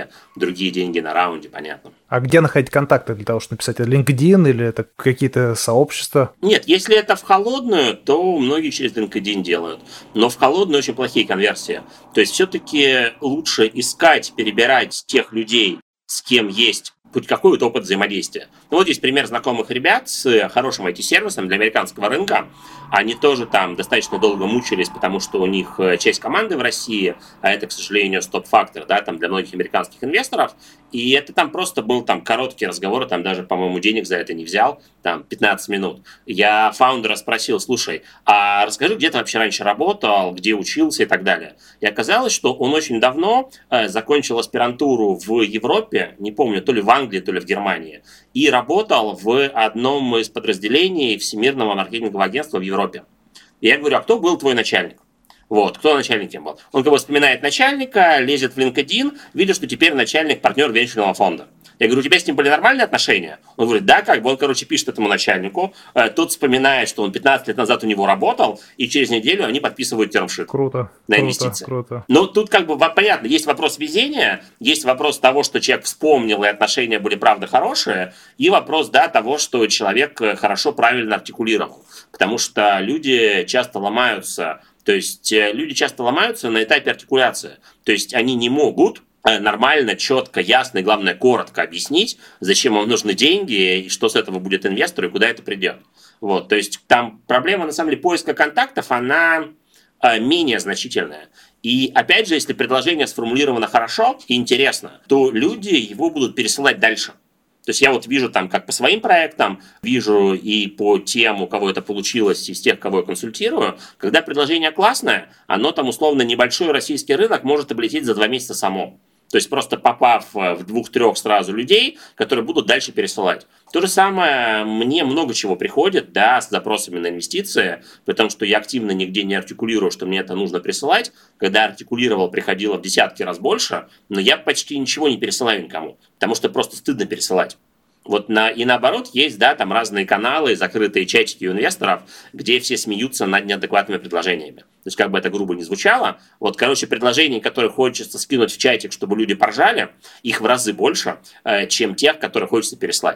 S1: деньги на раунде, понятно.
S2: А где находить контакты для того, чтобы написать? Это LinkedIn или это какие-то сообщества?
S1: Нет, если это в холодную, то многие через LinkedIn делают. Но в холодную очень плохие конверсии. То есть все-таки лучше искать, перебирать тех людей, с кем есть хоть какой-то опыт взаимодействия. Ну, вот есть пример знакомых ребят с хорошим IT-сервисом для американского рынка. Они тоже там достаточно долго мучились, потому что у них часть команды в России, а это, к сожалению, стоп-фактор, да, там для многих американских инвесторов. И это там просто был там короткий разговор, там даже, по-моему, денег за это не взял, там 15 минут. Я фаундера спросил: слушай, а расскажи, где ты вообще раньше работал, где учился и так далее. И оказалось, что он очень давно закончил аспирантуру в Европе, не помню, то ли в Англии, то ли в Германии, и работал в одном из подразделений Всемирного маркетингового агентства в Европе. И я говорю: а кто был твой начальник? Вот, кто начальником был? Он как бы вспоминает начальника, лезет в LinkedIn, видит, что теперь начальник партнер венчурного фонда. Я говорю: у тебя с ним были нормальные отношения? Он говорит: да, как бы. Он, пишет этому начальнику, тот вспоминает, что он 15 лет назад у него работал, и через неделю они подписывают термшит.
S2: Круто.
S1: На инвестиции.
S2: Круто.
S1: Но тут понятно, есть вопрос везения, есть вопрос того, что человек вспомнил, и отношения были правда хорошие, и вопрос, да, того, что человек хорошо, правильно артикулировал. Потому что люди часто ломаются. То есть люди часто ломаются на этапе артикуляции. То есть они не могут нормально, четко, ясно и, главное, коротко объяснить, зачем им нужны деньги, и что с этого будет инвестору, и куда это придет. Вот, то есть там проблема, на самом деле, поиска контактов, она менее значительная. И опять же, если предложение сформулировано хорошо и интересно, то люди его будут пересылать дальше. То есть я вот вижу там, как по своим проектам, вижу и по тем, у кого это получилось, из тех, кого я консультирую, когда предложение классное, оно там условно небольшой российский рынок может облететь за 2 месяца само. То есть просто попав в 2-3 сразу людей, которые будут дальше пересылать. То же самое, мне много чего приходит, да, с запросами на инвестиции, потому что я активно нигде не артикулирую, что мне это нужно присылать. Когда артикулировал, приходило в десятки раз больше, но я почти ничего не пересылаю никому, потому что просто стыдно пересылать. Вот и наоборот, есть, да, там разные каналы, закрытые чатики у инвесторов, где все смеются над неадекватными предложениями. То есть, как бы это грубо не звучало, вот, предложений, которые хочется скинуть в чатик, чтобы люди поржали, их в разы больше, чем тех, которые хочется переслать.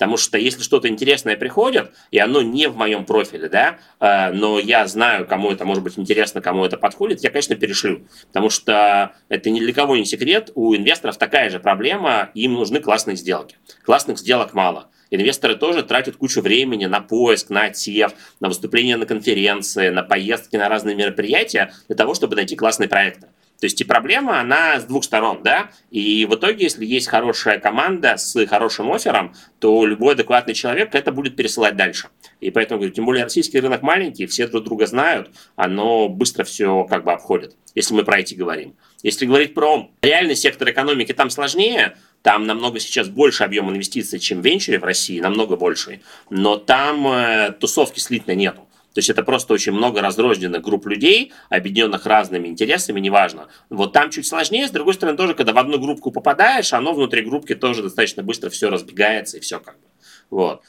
S1: Потому что если что-то интересное приходит, и оно не в моем профиле, да, но я знаю, кому это может быть интересно, кому это подходит, я, конечно, перешлю. Потому что это ни для кого не секрет, у инвесторов такая же проблема, им нужны классные сделки. Классных сделок мало. Инвесторы тоже тратят кучу времени на поиск, на отсев, на выступления на конференции, на поездки на разные мероприятия для того, чтобы найти классные проекты. То есть и проблема, она с двух сторон, да, и в итоге, если есть хорошая команда с хорошим оффером, то любой адекватный человек это будет пересылать дальше. И поэтому, говорю, тем более российский рынок маленький, все друг друга знают, оно быстро все как бы обходит, если мы про IT говорим. Если говорить про реальный сектор экономики, там сложнее, там намного сейчас больше объем инвестиций, чем в венчуре в России, намного больше, но там тусовки слитной нету. То есть это просто очень много разрозненных групп людей, объединенных разными интересами, неважно. Вот там чуть сложнее, с другой стороны тоже, когда в одну группу попадаешь, оно внутри группки тоже достаточно быстро все разбегается и все как бы. Вот.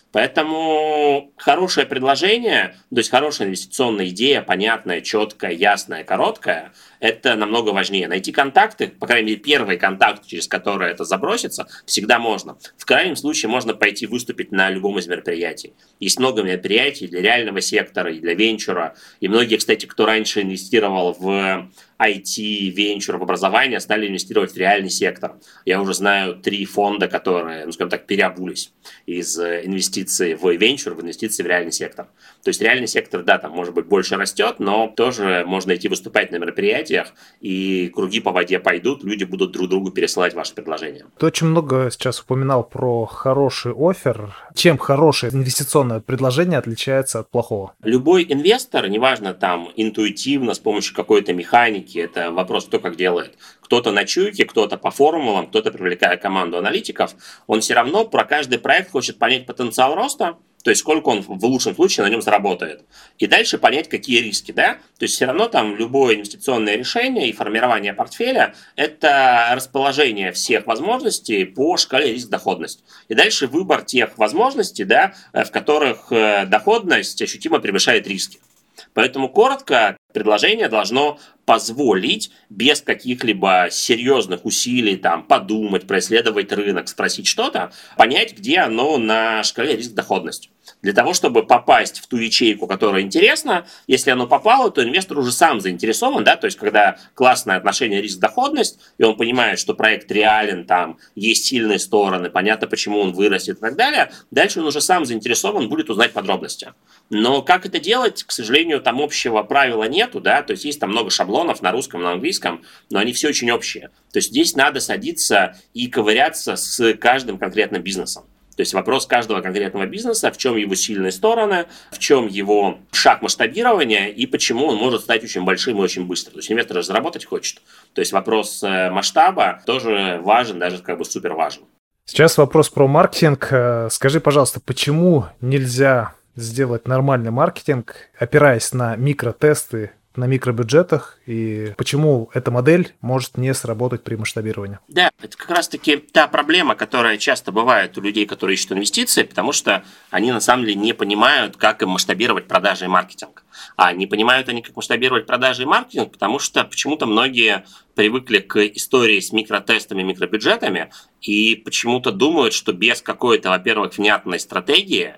S1: Поэтому хорошее предложение, то есть хорошая инвестиционная идея, понятная, четкая, ясная, короткая, это намного важнее. Найти контакты, по крайней мере, первые контакты, через которые это забросится, всегда можно. В крайнем случае можно пойти выступить на любом из мероприятий. Есть много мероприятий для реального сектора и для венчура. И многие, кстати, кто раньше инвестировал в IT, венчур, в образование, стали инвестировать в реальный сектор. Я уже знаю 3 фонда, которые, скажем так, переобулись из инвестиций в венчур, в инвестиции в реальный сектор. То есть реальный сектор, да, там, может быть, больше растет, но тоже можно идти выступать на мероприятиях, и круги по воде пойдут, люди будут друг другу пересылать ваши предложения.
S2: Ты очень много сейчас упоминал про хороший оффер. Чем хорошее инвестиционное предложение отличается от плохого?
S1: Любой инвестор, неважно там интуитивно, с помощью какой-то механики, это вопрос, кто как делает. Кто-то на чуйке, кто-то по формулам, кто-то привлекая команду аналитиков, он все равно про каждый проект хочет понять потенциал роста, то есть сколько он в лучшем случае на нем заработает. И дальше понять, какие риски, да? То есть все равно там любое инвестиционное решение и формирование портфеля – это расположение всех возможностей по шкале риск-доходность. И дальше выбор тех возможностей, да, в которых доходность ощутимо превышает риски. Поэтому коротко, предложение должно позволить без каких-либо серьезных усилий там, подумать, происследовать рынок, спросить что-то, понять, где оно на шкале риск-доходность. Для того, чтобы попасть в ту ячейку, которая интересна, если оно попало, то инвестор уже сам заинтересован, да, то есть когда классное отношение риск-доходность, и он понимает, что проект реален, там есть сильные стороны, понятно, почему он вырастет и так далее, дальше он уже сам заинтересован будет узнать подробности. Но как это делать, к сожалению, там общего правила нету, да, то есть есть там много шаблонов на русском, на английском, но они все очень общие. То есть здесь надо садиться и ковыряться с каждым конкретным бизнесом. То есть вопрос каждого конкретного бизнеса, в чем его сильные стороны, в чем его шаг масштабирования и почему он может стать очень большим и очень быстро. То есть инвестор же заработать хочет. То есть вопрос масштаба тоже важен, даже как бы супер важен.
S2: Сейчас вопрос про маркетинг. Скажи, пожалуйста, почему нельзя сделать нормальный маркетинг, опираясь на микротесты, на микробюджетах, и почему эта модель может не сработать при масштабировании?
S1: Да, это как раз-таки та проблема, которая часто бывает у людей, которые ищут инвестиции, потому что они на самом деле не понимают, как им масштабировать продажи и маркетинг. А не понимают они, как масштабировать продажи и маркетинг, потому что почему-то многие привыкли к истории с микротестами, микробюджетами, и почему-то думают, что без какой-то, во-первых, внятной стратегии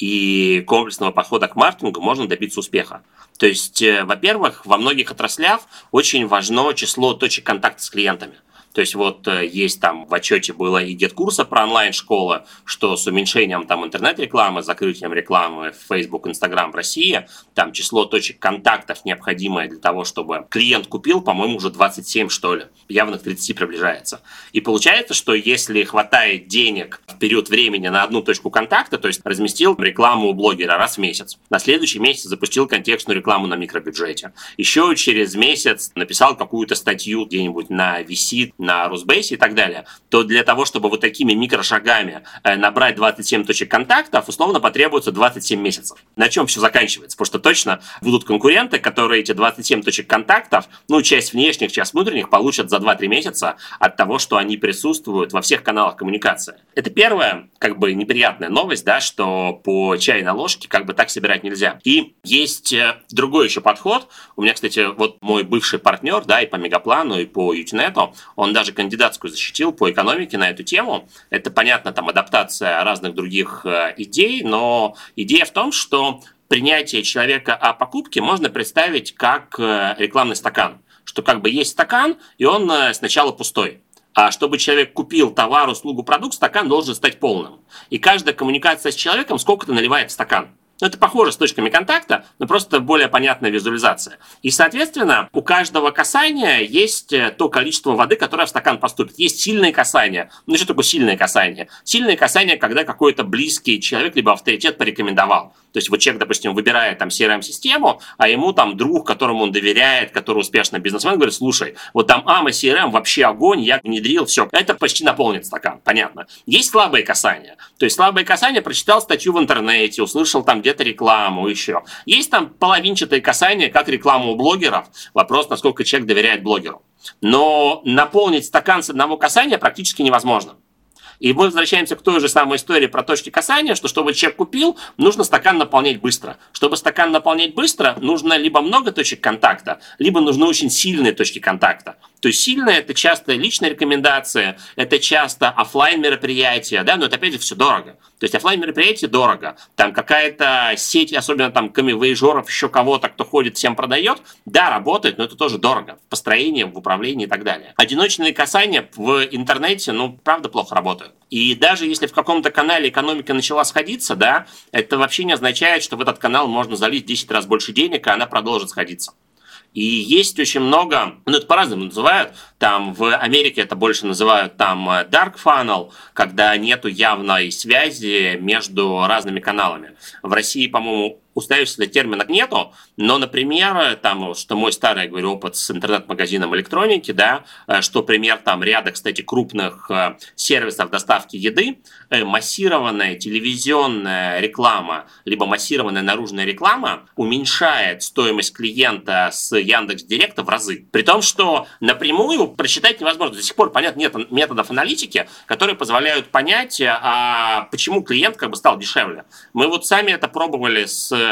S1: и комплексного подхода к маркетингу можно добиться успеха. То есть, во-первых, во многих отраслях очень важно число точек контакта с клиентами. То есть вот есть там в отчете было и гид-курса про онлайн-школы, что с уменьшением там интернет-рекламы, закрытием рекламы в Facebook, Instagram в России, там число точек контактов, необходимое для того, чтобы клиент купил, по-моему, уже 27, что ли, явно к 30 приближается. И получается, что если хватает денег в период времени на одну точку контакта, то есть разместил рекламу у блогера раз в месяц, на следующий месяц запустил контекстную рекламу на микробюджете, еще через месяц написал какую-то статью где-нибудь на VC, на Росбейсе и так далее, то для того, чтобы вот такими микрошагами набрать 27 точек контактов, условно потребуется 27 месяцев. На чем все заканчивается? Потому что точно будут конкуренты, которые эти 27 точек контактов, ну, часть внешних, часть внутренних, получат за 2-3 месяца от того, что они присутствуют во всех каналах коммуникации. Это первая, как бы, неприятная новость, да, что по чайной ложке как бы так собирать нельзя. И есть другой еще подход. У меня, кстати, вот мой бывший партнер, да, и по Мегаплану, и по Ютинету, он там даже кандидатскую защитил по экономике на эту тему. Это, понятно, там адаптация разных других идей, но идея в том, что принятие человека о покупке можно представить как рекламный стакан. Что как бы есть стакан, и он сначала пустой. А чтобы человек купил товар, услугу, продукт, стакан должен стать полным. И каждая коммуникация с человеком сколько-то наливает в стакан. Это похоже с точками контакта, но просто более понятная визуализация. И, соответственно, у каждого касания есть то количество воды, которое в стакан поступит. Есть сильные касания. Ну, что такое сильное касание? Сильное касание, когда какой-то близкий человек, либо авторитет порекомендовал. То есть вот человек, допустим, выбирает там CRM-систему, а ему там друг, которому он доверяет, который успешный бизнесмен, говорит: слушай, вот там AMA CRM вообще огонь, я внедрил, все. Это почти наполнит стакан, понятно. Есть слабые касания. То есть слабые касания: прочитал статью в интернете, услышал там где-то рекламу, еще. Есть там половинчатые касания, как реклама у блогеров. Вопрос, насколько человек доверяет блогеру. Но наполнить стакан с одного касания практически невозможно. И мы возвращаемся к той же самой истории про точки касания, что чтобы человек купил, нужно стакан наполнять быстро. Чтобы стакан наполнять быстро, нужно либо много точек контакта, либо нужны очень сильные точки контакта. То есть сильные — это часто личные рекомендации, это часто офлайн мероприятия, да, но это опять же все дорого. То есть офлайн мероприятие дорого. Там какая-то сеть, особенно там камевояжеров, еще кого-то, кто ходит, всем продает, да, работает, но это тоже дорого. В построении, в управлении и так далее. Одиночные касания в интернете, ну, правда, плохо работают. И даже если в каком-то канале экономика начала сходиться, да, это вообще не означает, что в этот канал можно залить в 10 раз больше денег, и она продолжит сходиться. И есть очень много, ну это по-разному называют, там в Америке это больше называют там dark funnel, когда нету явной связи между разными каналами. В России, по-моему, устоявшегося термина нету, но, например, там, что мой старый, я говорю, опыт с интернет-магазином электроники, да, что пример там ряда, кстати, крупных сервисов доставки еды, массированная телевизионная реклама, либо массированная наружная реклама уменьшает стоимость клиента с Яндекс.Директа в разы. При том, что напрямую просчитать невозможно. До сих пор, понятно, нет методов аналитики, которые позволяют понять, почему клиент как бы стал дешевле. Мы вот сами это пробовали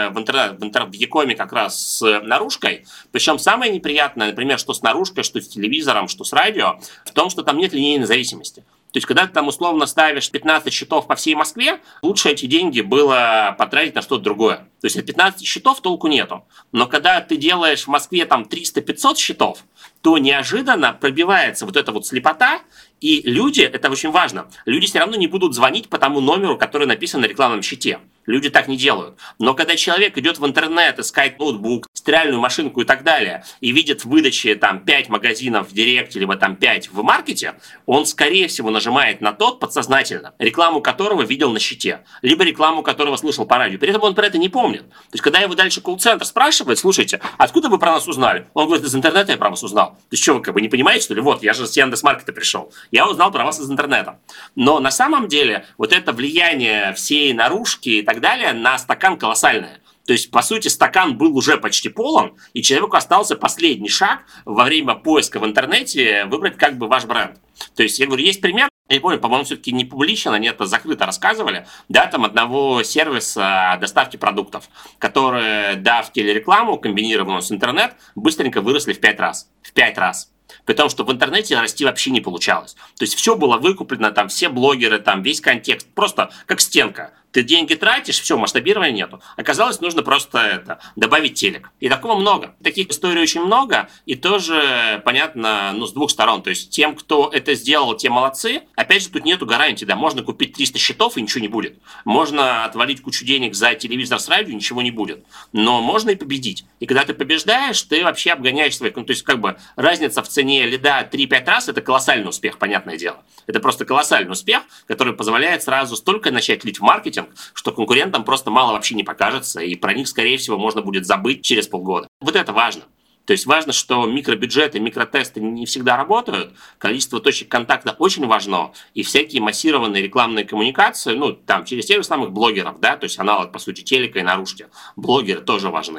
S1: в Якоме как раз с наружкой. Причем самое неприятное, например, что с наружкой, что с телевизором, что с радио, в том, что там нет линейной зависимости. То есть, когда ты там условно ставишь 15 счетов по всей Москве, лучше эти деньги было потратить на что-то другое. То есть, от 15 счетов толку нету. Но когда ты делаешь в Москве там 300-500 счетов, то неожиданно пробивается вот эта вот слепота, и люди, это очень важно, люди все равно не будут звонить по тому номеру, который написан на рекламном щите. Люди так не делают. Но когда человек идет в интернет, искать ноутбук, стиральную машинку и так далее, и видит в выдаче там 5 магазинов в Директе, либо там 5 в маркете, он, скорее всего, нажимает на тот подсознательно, рекламу которого видел на щите, либо рекламу которого слышал по радио. При этом он про это не помнит. То есть, когда его дальше колл-центр спрашивает: слушайте, откуда вы про нас узнали? Он говорит: из интернета я про вас узнал. То есть, что вы как бы не понимаете, что ли? Вот, я же с Яндекс.Маркета пришел. Я узнал про вас из интернета. Но на самом деле, вот это влияние всей наружки и так далее на стакан колоссальное. То есть, по сути, стакан был уже почти полон, и человеку остался последний шаг во время поиска в интернете выбрать как бы ваш бренд. То есть, я говорю, есть пример, я не помню, по-моему, все-таки не публично, они это закрыто рассказывали, да, там одного сервиса доставки продуктов, которые, дав телерекламу, комбинированную с интернет, быстренько выросли в 5 раз. В 5 раз. При том, что в интернете расти вообще не получалось. То есть все было выкуплено, там все блогеры, там весь контекст, просто как стенка. Ты деньги тратишь, все, масштабирования нету. Оказалось, нужно просто добавить телек. И такого много. Таких историй очень много. И тоже, понятно, с двух сторон. То есть тем, кто это сделал, те молодцы. Опять же, тут нету гарантии. Да, можно купить 300 счетов, и ничего не будет. Можно отвалить кучу денег за телевизор с радио, ничего не будет. Но можно и победить. И когда ты побеждаешь, ты вообще обгоняешь своих. То есть как бы разница в цене лида 3-5 раз — это колоссальный успех, понятное дело. Это просто колоссальный успех, который позволяет сразу столько начать лить в маркетинг, что конкурентам просто мало вообще не покажется, и про них, скорее всего, можно будет забыть через полгода. Вот это важно. То есть важно, что микробюджеты, микротесты не всегда работают, количество точек контакта очень важно, и всякие массированные рекламные коммуникации, там через тех же самых блогеров, да, то есть аналог, по сути, телека и наружки, блогеры тоже важны. То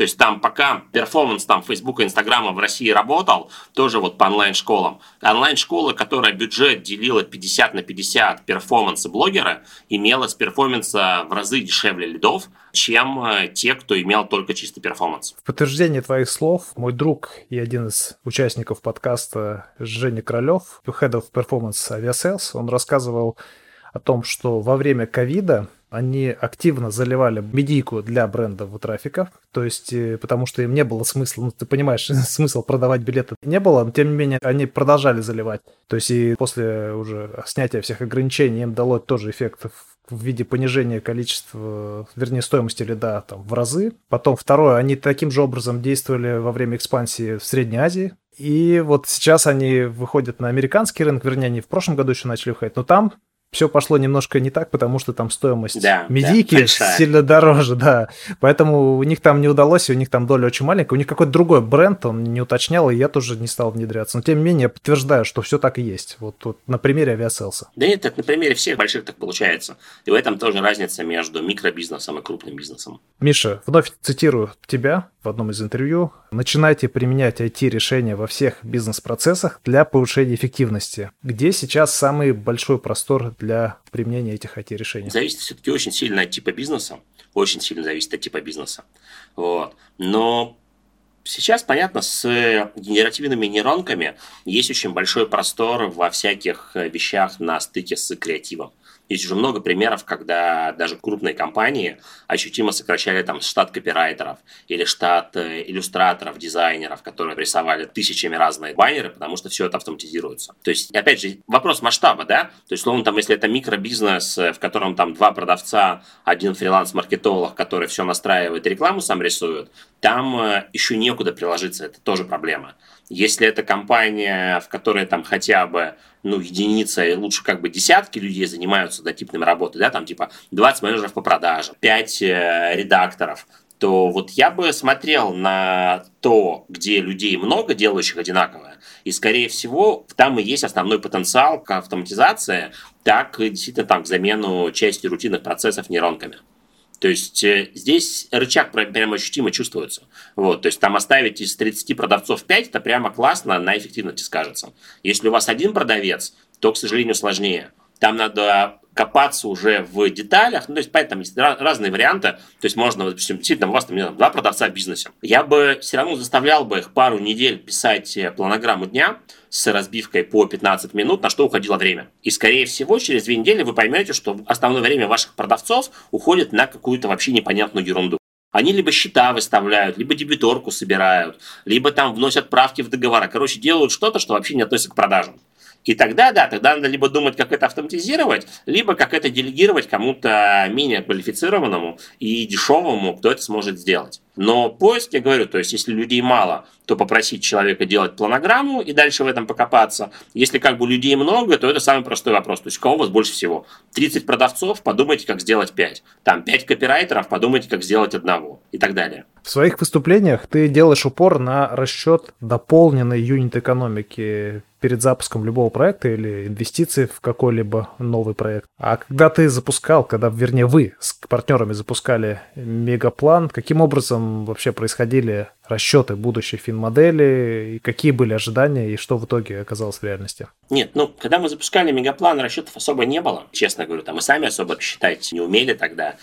S1: То есть там пока перформанс там Фейсбука, Инстаграма в России работал, тоже вот по онлайн-школам. Онлайн-школа, которая бюджет делила 50 на 50 перформанс и блогера, имела с перформанса в разы дешевле лидов, чем те, кто имел только чисто перформанс.
S2: В подтверждение твоих слов, мой друг и один из участников подкаста Женя Королев, Head of Performance Aviasales, он рассказывал о том, что во время ковида они активно заливали медийку для брендов трафика, то есть потому что им не было смысла, ты понимаешь, смысл продавать билеты не было, но тем не менее они продолжали заливать. То есть и после уже снятия всех ограничений им дало тоже эффект в виде понижения количества, вернее, стоимости лида там, в разы. Потом второе, они таким же образом действовали во время экспансии в Средней Азии. И вот сейчас они выходят на американский рынок, вернее, они в прошлом году еще начали выходить, но там все пошло немножко не так, потому что там стоимость медийки сильно дороже, да. Поэтому у них там не удалось, и у них там доля очень маленькая. У них какой-то другой бренд, он не уточнял, и я тоже не стал внедряться. Но тем не менее, я подтверждаю, что все так и есть. Вот на примере Aviasales.
S1: Да нет, так на примере всех больших так получается. И в этом тоже разница между микробизнесом и крупным бизнесом.
S2: Миша, вновь цитирую тебя в одном из интервью. Начинайте применять IT-решения во всех бизнес-процессах для повышения эффективности. Где сейчас самый большой простор для применения этих IT-решений?
S1: Зависит все-таки очень сильно от типа бизнеса. Очень сильно зависит от типа бизнеса. Вот. Но сейчас, понятно, с генеративными нейронками есть очень большой простор во всяких вещах на стыке с креативом. Есть уже много примеров, когда даже крупные компании ощутимо сокращали там штат копирайтеров или штат иллюстраторов, дизайнеров, которые рисовали тысячами разные баннеры, потому что все это автоматизируется. То есть, опять же, вопрос масштаба, да? То есть, словно там, если это микробизнес, в котором там 2 продавца, 1 фриланс-маркетолог, который все настраивает, рекламу сам рисует, там еще некуда приложиться, это тоже проблема. Если это компания, в которой там хотя бы единица и лучше как бы десятки людей занимаются дотипными работой, да, там типа 20 менеджеров по продажам, 5 редакторов, то вот я бы смотрел на то, где людей много, делающих одинаковое, и, скорее всего, там и есть основной потенциал к автоматизации, так и действительно там к замену части рутинных процессов нейронками. То есть здесь рычаг прямо ощутимо чувствуется. Вот, то есть там оставить из 30 продавцов 5, это прямо классно, на эффективности скажется. Если у вас один продавец, то, к сожалению, сложнее. Там надо копаться уже в деталях, то есть поэтому есть разные варианты, то есть можно, допустим, действительно, у вас там 2 продавца в бизнесе. Я бы все равно заставлял бы их пару недель писать планограмму дня с разбивкой по 15 минут, на что уходило время. И, скорее всего, через 2 недели вы поймете, что основное время ваших продавцов уходит на какую-то вообще непонятную ерунду. Они либо счета выставляют, либо дебиторку собирают, либо там вносят правки в договора. Короче, делают что-то, что вообще не относится к продажам. И тогда надо либо думать, как это автоматизировать, либо как это делегировать кому-то менее квалифицированному и дешевому, кто это сможет сделать. Но поиск, я говорю, то есть если людей мало, то попросить человека делать планограмму и дальше в этом покопаться. Если как бы людей много, то это самый простой вопрос. То есть у кого у вас больше всего? 30 продавцов, подумайте, как сделать 5. Там 5 копирайтеров, подумайте, как сделать 1. И так далее.
S2: В своих выступлениях ты делаешь упор на расчет дополненной юнит-экономики перед запуском любого проекта или инвестиции в какой-либо новый проект. А когда ты запускал, вернее, вы с партнерами запускали Мегаплан, каким образом вообще происходили расчеты будущей финмодели, и какие были ожидания, и что в итоге оказалось в реальности?
S1: Нет, когда мы запускали Мегаплан, расчетов особо не было. Честно говорю, мы сами особо считать не умели тогда,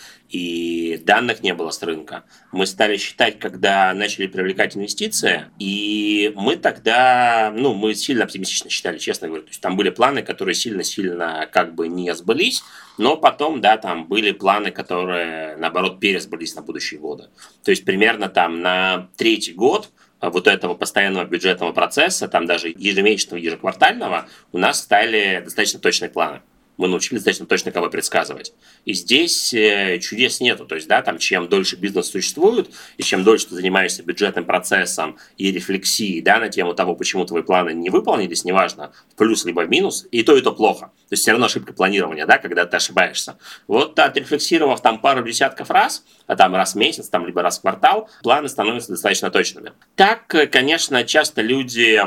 S1: и данных не было с рынка. Мы стали считать, когда начали привлекать инвестиции, и мы тогда, мы сильно оптимистично считали, честно говорю. То есть там были планы, которые сильно-сильно как бы не сбылись, но потом, там были планы, которые, наоборот, пересбылись на будущие годы. То есть примерно там на 3-й год вот этого постоянного бюджетного процесса, там даже ежемесячного, ежеквартального, у нас стали достаточно точные планы. Мы научились достаточно точно кого предсказывать. И здесь чудес нету. То есть, чем дольше бизнес существует, и чем дольше ты занимаешься бюджетным процессом и рефлексией, на тему того, почему твои планы не выполнились, неважно, в плюс либо в минус, и то плохо. То есть, все равно ошибка планирования, когда ты ошибаешься. Вот отрефлексировав пару десятков раз, раз в месяц, либо раз в квартал, планы становятся достаточно точными. Так, конечно, часто люди,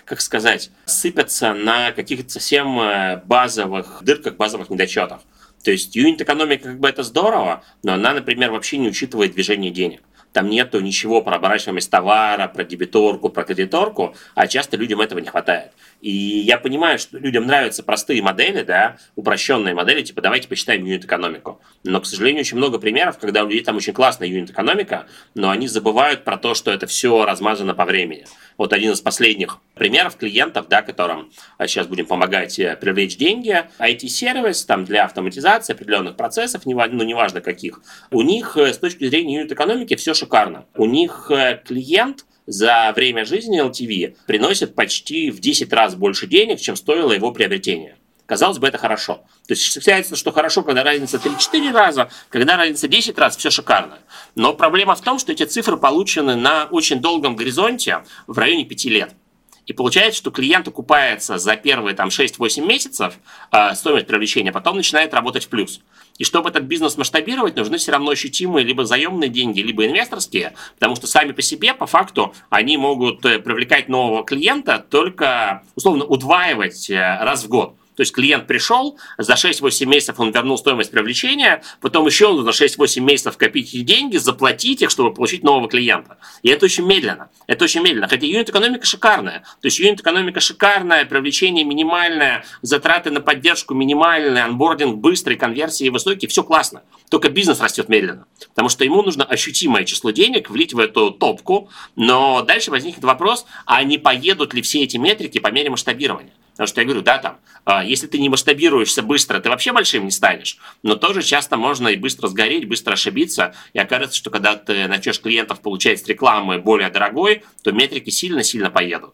S1: сыпятся на каких-то совсем базовых дырках, базовых недочетах. То есть юнит-экономика это здорово, но она, например, вообще не учитывает движение денег. там нету ничего про оборачиваемость товара, про дебиторку, про кредиторку, а часто людям этого не хватает. И я понимаю, что людям нравятся простые модели, да, упрощенные модели, типа давайте посчитаем юнит-экономику. Но, к сожалению, очень много примеров, когда у людей там очень классная юнит-экономика, но они забывают про то, что это все размазано по времени. Вот один из последних примеров клиентов, да, которым сейчас будем помогать привлечь деньги, IT-сервис там, для автоматизации определенных процессов, неважно каких, у них с точки зрения юнит-экономики все шикарно. У них клиент за время жизни LTV приносит почти в 10 раз больше денег, чем стоило его приобретение. Казалось бы, это хорошо. То есть считается, что хорошо, когда разница 3-4 раза, когда разница 10 раз, все шикарно. Но проблема в том, что эти цифры получены на очень долгом горизонте в районе 5 лет. И получается, что клиент окупается за первые там, 6-8 месяцев стоимость привлечения, потом начинает работать в плюс. И чтобы этот бизнес масштабировать, нужны все равно ощутимые либо заемные деньги, либо инвесторские, потому что сами по себе, по факту, они могут привлекать нового клиента, только условно удваивать раз в год. То есть клиент пришел, за 6-8 месяцев он вернул стоимость привлечения, потом еще нужно 6-8 месяцев копить эти деньги, заплатить их, чтобы получить нового клиента. И это очень медленно. Это очень медленно. Хотя юнит-экономика шикарная. То есть юнит-экономика шикарная, привлечение минимальное, затраты на поддержку минимальные, анбординг быстрый, конверсии высокие, все классно. Только бизнес растет медленно. Потому что ему нужно ощутимое число денег влить в эту топку, но дальше возникнет вопрос, а не поедут ли все эти метрики по мере масштабирования? Потому что я говорю, да, там, если ты не масштабируешься быстро, ты вообще большим не станешь. Но тоже часто можно и быстро сгореть, быстро ошибиться. И окажется, что когда ты начнешь клиентов получать с рекламы более дорогой, то метрики сильно-сильно поедут.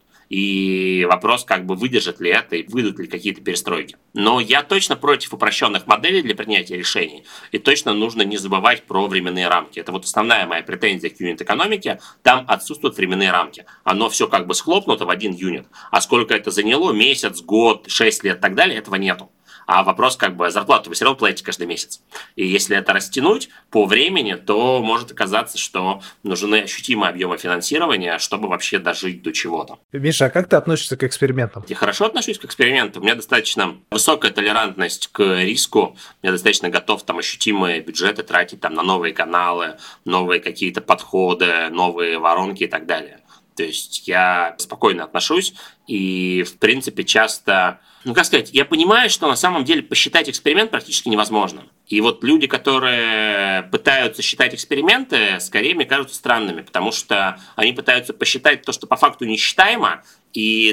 S1: И вопрос, как бы выдержат ли это и выйдут ли какие-то перестройки. Но я точно против упрощенных моделей для принятия решений. И точно нужно не забывать про временные рамки. Это вот основная моя претензия к юнит-экономике. Там отсутствуют временные рамки. Оно все как бы схлопнуто в один юнит. А сколько это заняло, месяц, год, 6 лет и так далее, этого нету. А вопрос, как бы, зарплату вы все равно платите каждый месяц. И если это растянуть по времени, то может оказаться, что нужны ощутимые объемы финансирования, чтобы вообще дожить до чего-то.
S2: Миша, а как ты относишься к экспериментам?
S1: Я хорошо отношусь к эксперименту. У меня достаточно высокая толерантность к риску. Я достаточно готов там ощутимые бюджеты тратить там, на новые каналы, новые какие-то подходы, новые воронки и так далее. То есть я спокойно отношусь и, в принципе, часто, как сказать, я понимаю, что на самом деле посчитать эксперимент практически невозможно. И вот люди, которые пытаются считать эксперименты, скорее мне кажутся странными, потому что они пытаются посчитать то, что по факту несчитаемо, и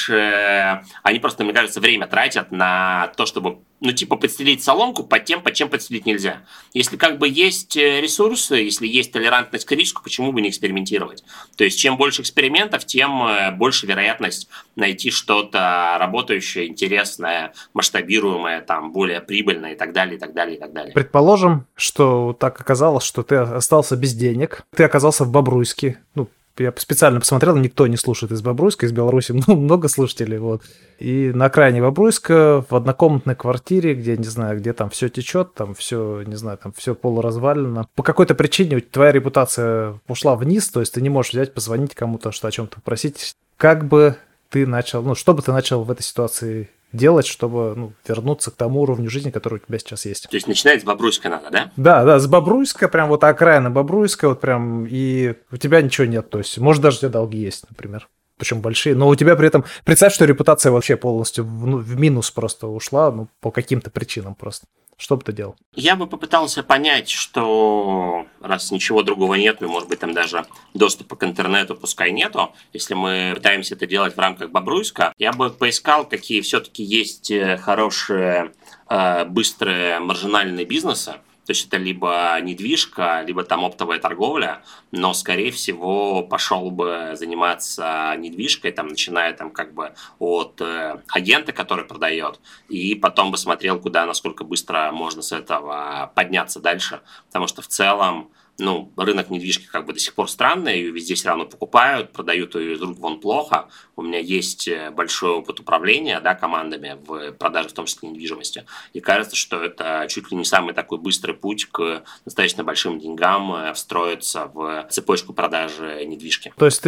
S1: дальше они просто, мне кажется, время тратят на то, чтобы, подстелить соломку под чем подстелить нельзя. Если как бы есть ресурсы, если есть толерантность к риску, почему бы не экспериментировать? То есть, чем больше экспериментов, тем больше вероятность найти что-то работающее, интересное, масштабируемое, там, более прибыльное и так далее, и так далее, и так далее.
S2: Предположим, что так оказалось, что ты остался без денег, ты оказался в Бобруйске, я специально посмотрел, никто не слушает из Бобруйска, из Беларуси много слушателей, вот. И на окраине Бобруйска в однокомнатной квартире, где, не знаю, где там все течет, там все, не знаю, там все полуразвалено. По какой-то причине твоя репутация ушла вниз, то есть ты не можешь взять, позвонить кому-то, что о чем-то попросить. Как бы ты начал, что бы ты начал в этой ситуации делать, чтобы вернуться к тому уровню жизни, который у тебя сейчас есть.
S1: То есть начинать с Бобруйска надо, да?
S2: Да, с Бобруйска, прям вот окраина Бобруйска, вот прям, и у тебя ничего нет, то есть, может, даже у тебя долги есть, например, причем большие, но у тебя при этом, представь, что репутация вообще полностью в минус просто ушла, по каким-то причинам просто. Что бы ты делал?
S1: Я бы попытался понять, что раз ничего другого нет, может быть, там даже доступа к интернету пускай нету, если мы пытаемся это делать в рамках Бобруйска, я бы поискал, какие все-таки есть хорошие, быстрые маржинальные бизнесы. То есть это либо недвижка, либо там оптовая торговля, но, скорее всего, пошел бы заниматься недвижкой, там, начиная там, как бы от агента, который продает, и потом бы смотрел, куда, насколько быстро можно с этого подняться дальше. Потому что в целом рынок недвижки как бы до сих пор странный, ее везде все равно покупают, продают ее из рук вон плохо. У меня есть большой опыт управления, командами в продаже, в том числе недвижимости. И кажется, что это чуть ли не самый такой быстрый путь к достаточно большим деньгам встроиться в цепочку продажи недвижки.
S2: То есть ты бы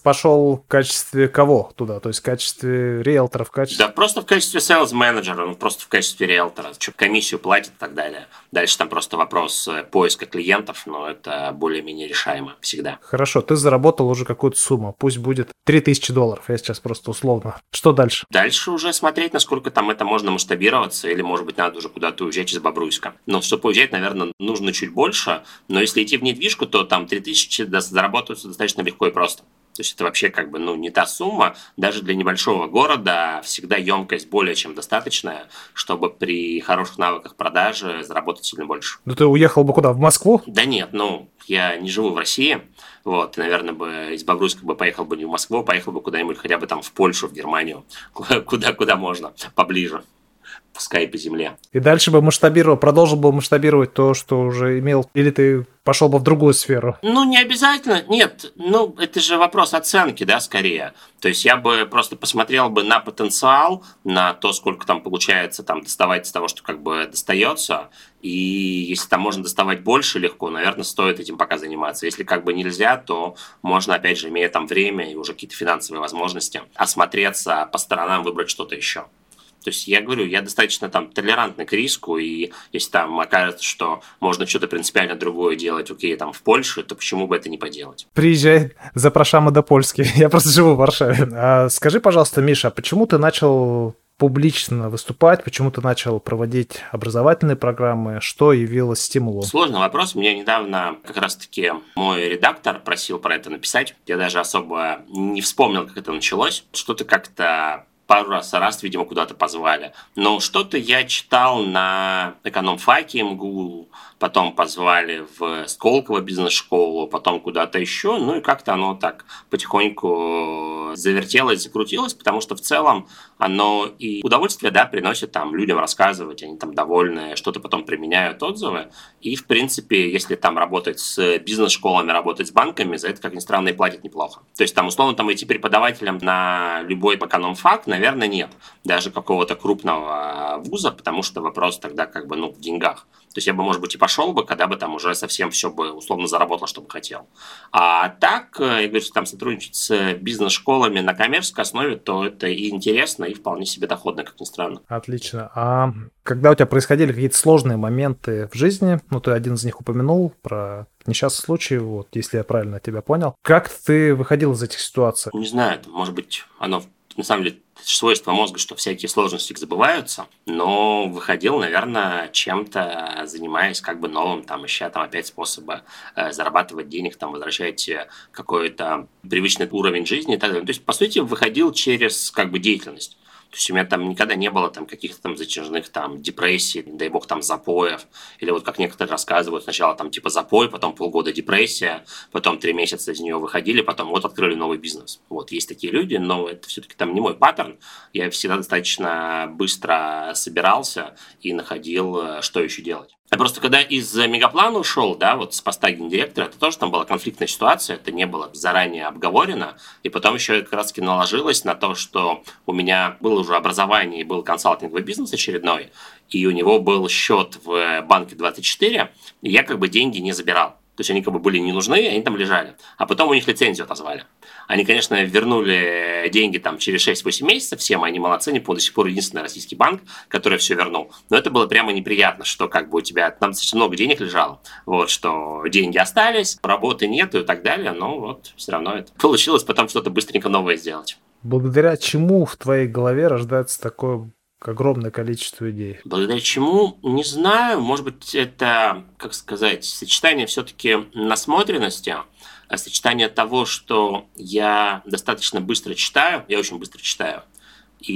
S2: пошел в качестве кого туда? То есть в качестве риэлтора, в качестве...
S1: Да, просто в качестве сейлс-менеджера, ну, просто в качестве риэлтора. Что комиссию платит и так далее. Дальше там просто вопрос поиска клиентов, но это более-менее решаемо всегда.
S2: Хорошо, ты заработал уже какую-то сумму, пусть будет $3000, я сейчас просто условно. Что дальше?
S1: Дальше уже смотреть, насколько там это можно масштабироваться, или, может быть, надо уже куда-то уезжать из Бобруйска. Но чтобы уезжать, наверное, нужно чуть больше, но если идти в недвижку, то там 3000 заработаются достаточно легко и просто. То есть это вообще как бы, ну, не та сумма. Даже для небольшого города всегда емкость более чем достаточная, чтобы при хороших навыках продажи заработать сильно больше.
S2: Ну ты уехал бы куда, в Москву?
S1: Да нет, ну, я не живу в России. Вот, и, наверное, бы из Бобруйска бы поехал бы не в Москву, поехал бы куда-нибудь хотя бы там в Польшу, в Германию, куда можно, поближе. Пускай по земле.
S2: И дальше бы продолжил бы масштабировать то, что уже имел, или ты пошел бы в другую сферу?
S1: Ну, не обязательно, нет, ну, это же вопрос оценки, да, скорее. То есть я бы просто посмотрел бы на потенциал, на то, сколько там получается там доставать из того, что как бы достается, и если там можно доставать больше легко, наверное, стоит этим пока заниматься. Если как бы нельзя, то можно, опять же, имея там время и уже какие-то финансовые возможности, осмотреться по сторонам, выбрать что-то еще. То есть я говорю, я достаточно там толерантный к риску, и если там окажется, что можно что-то принципиально другое делать, окей, там в Польше, то почему бы это не поделать?
S2: Приезжай, запрошамо до Польски. Я просто живу в Варшаве. А скажи, пожалуйста, Миша, почему ты начал публично выступать, почему ты начал проводить образовательные программы, что явилось стимулом?
S1: Сложный вопрос. Меня недавно как раз-таки мой редактор просил про это написать. Я даже особо не вспомнил, как это началось. Что-то как-то пару раз, видимо, куда-то позвали. Но что-то я читал на экономфаке МГУ, потом позвали в Сколково бизнес-школу, потом куда-то еще, ну и как-то оно так потихоньку завертелось, закрутилось, потому что в целом оно и удовольствие, да, приносит там людям рассказывать, они там довольны, что-то потом применяют, отзывы, и в принципе, если там работать с бизнес-школами, работать с банками, за это, как ни странно, и платят неплохо. То есть там условно там идти преподавателем на любой экономфак, наверное, нет, даже какого-то крупного вуза, потому что вопрос тогда как бы, ну, в деньгах. То есть я бы, может быть, и пошел бы, когда бы там уже совсем все бы условно заработал, что бы хотел. А так, я говорю, что там сотрудничать с бизнес-школами на коммерческой основе, то это и интересно, и вполне себе доходно, как ни странно.
S2: Отлично. А когда у тебя происходили какие-то сложные моменты в жизни, ну, ты один из них упомянул про несчастный случай, вот, если я правильно тебя понял, как ты выходил из этих ситуаций?
S1: Не знаю, может быть, оно на самом деле свойство мозга, что всякие сложности забываются, но выходил, наверное, чем-то, занимаясь как бы новым, там, ища там опять способы зарабатывать денег, там, возвращать какой-то привычный уровень жизни и так далее. То есть, по сути, выходил через как бы деятельность. То есть у меня там никогда не было там каких-то там затяжных там депрессий, не дай бог там запоев, или вот как некоторые рассказывают, сначала там типа запой, потом полгода депрессия, потом 3 месяца из нее выходили, потом вот открыли новый бизнес. Вот есть такие люди, но это все-таки там не мой паттерн. Я всегда достаточно быстро собирался и находил, что еще делать. Я просто когда из Мегаплана ушел, да, вот с поста гендиректора, это тоже там была конфликтная ситуация, это не было заранее обговорено, и потом еще как раз таки наложилось на то, что у меня было уже образование и был консалтинговый бизнес очередной, и у него был счет в банке 24, и я как бы деньги не забирал. То есть они как бы были не нужны, они там лежали. А потом у них лицензию отозвали. Они, конечно, вернули деньги там через 6-8 месяцев, всем они молодцы, они, до сих пор единственный российский банк, который все вернул. Но это было прямо неприятно, что как бы у тебя там достаточно много денег лежало, вот, что деньги остались, работы нету и так далее, но вот все равно это получилось потом что-то быстренько новое сделать.
S2: Благодаря чему в твоей голове рождается такое огромное количество идей?
S1: Благодаря чему? Не знаю. Может быть, это, как сказать, сочетание все-таки насмотренности, сочетание того, что я достаточно быстро читаю, я очень быстро читаю, и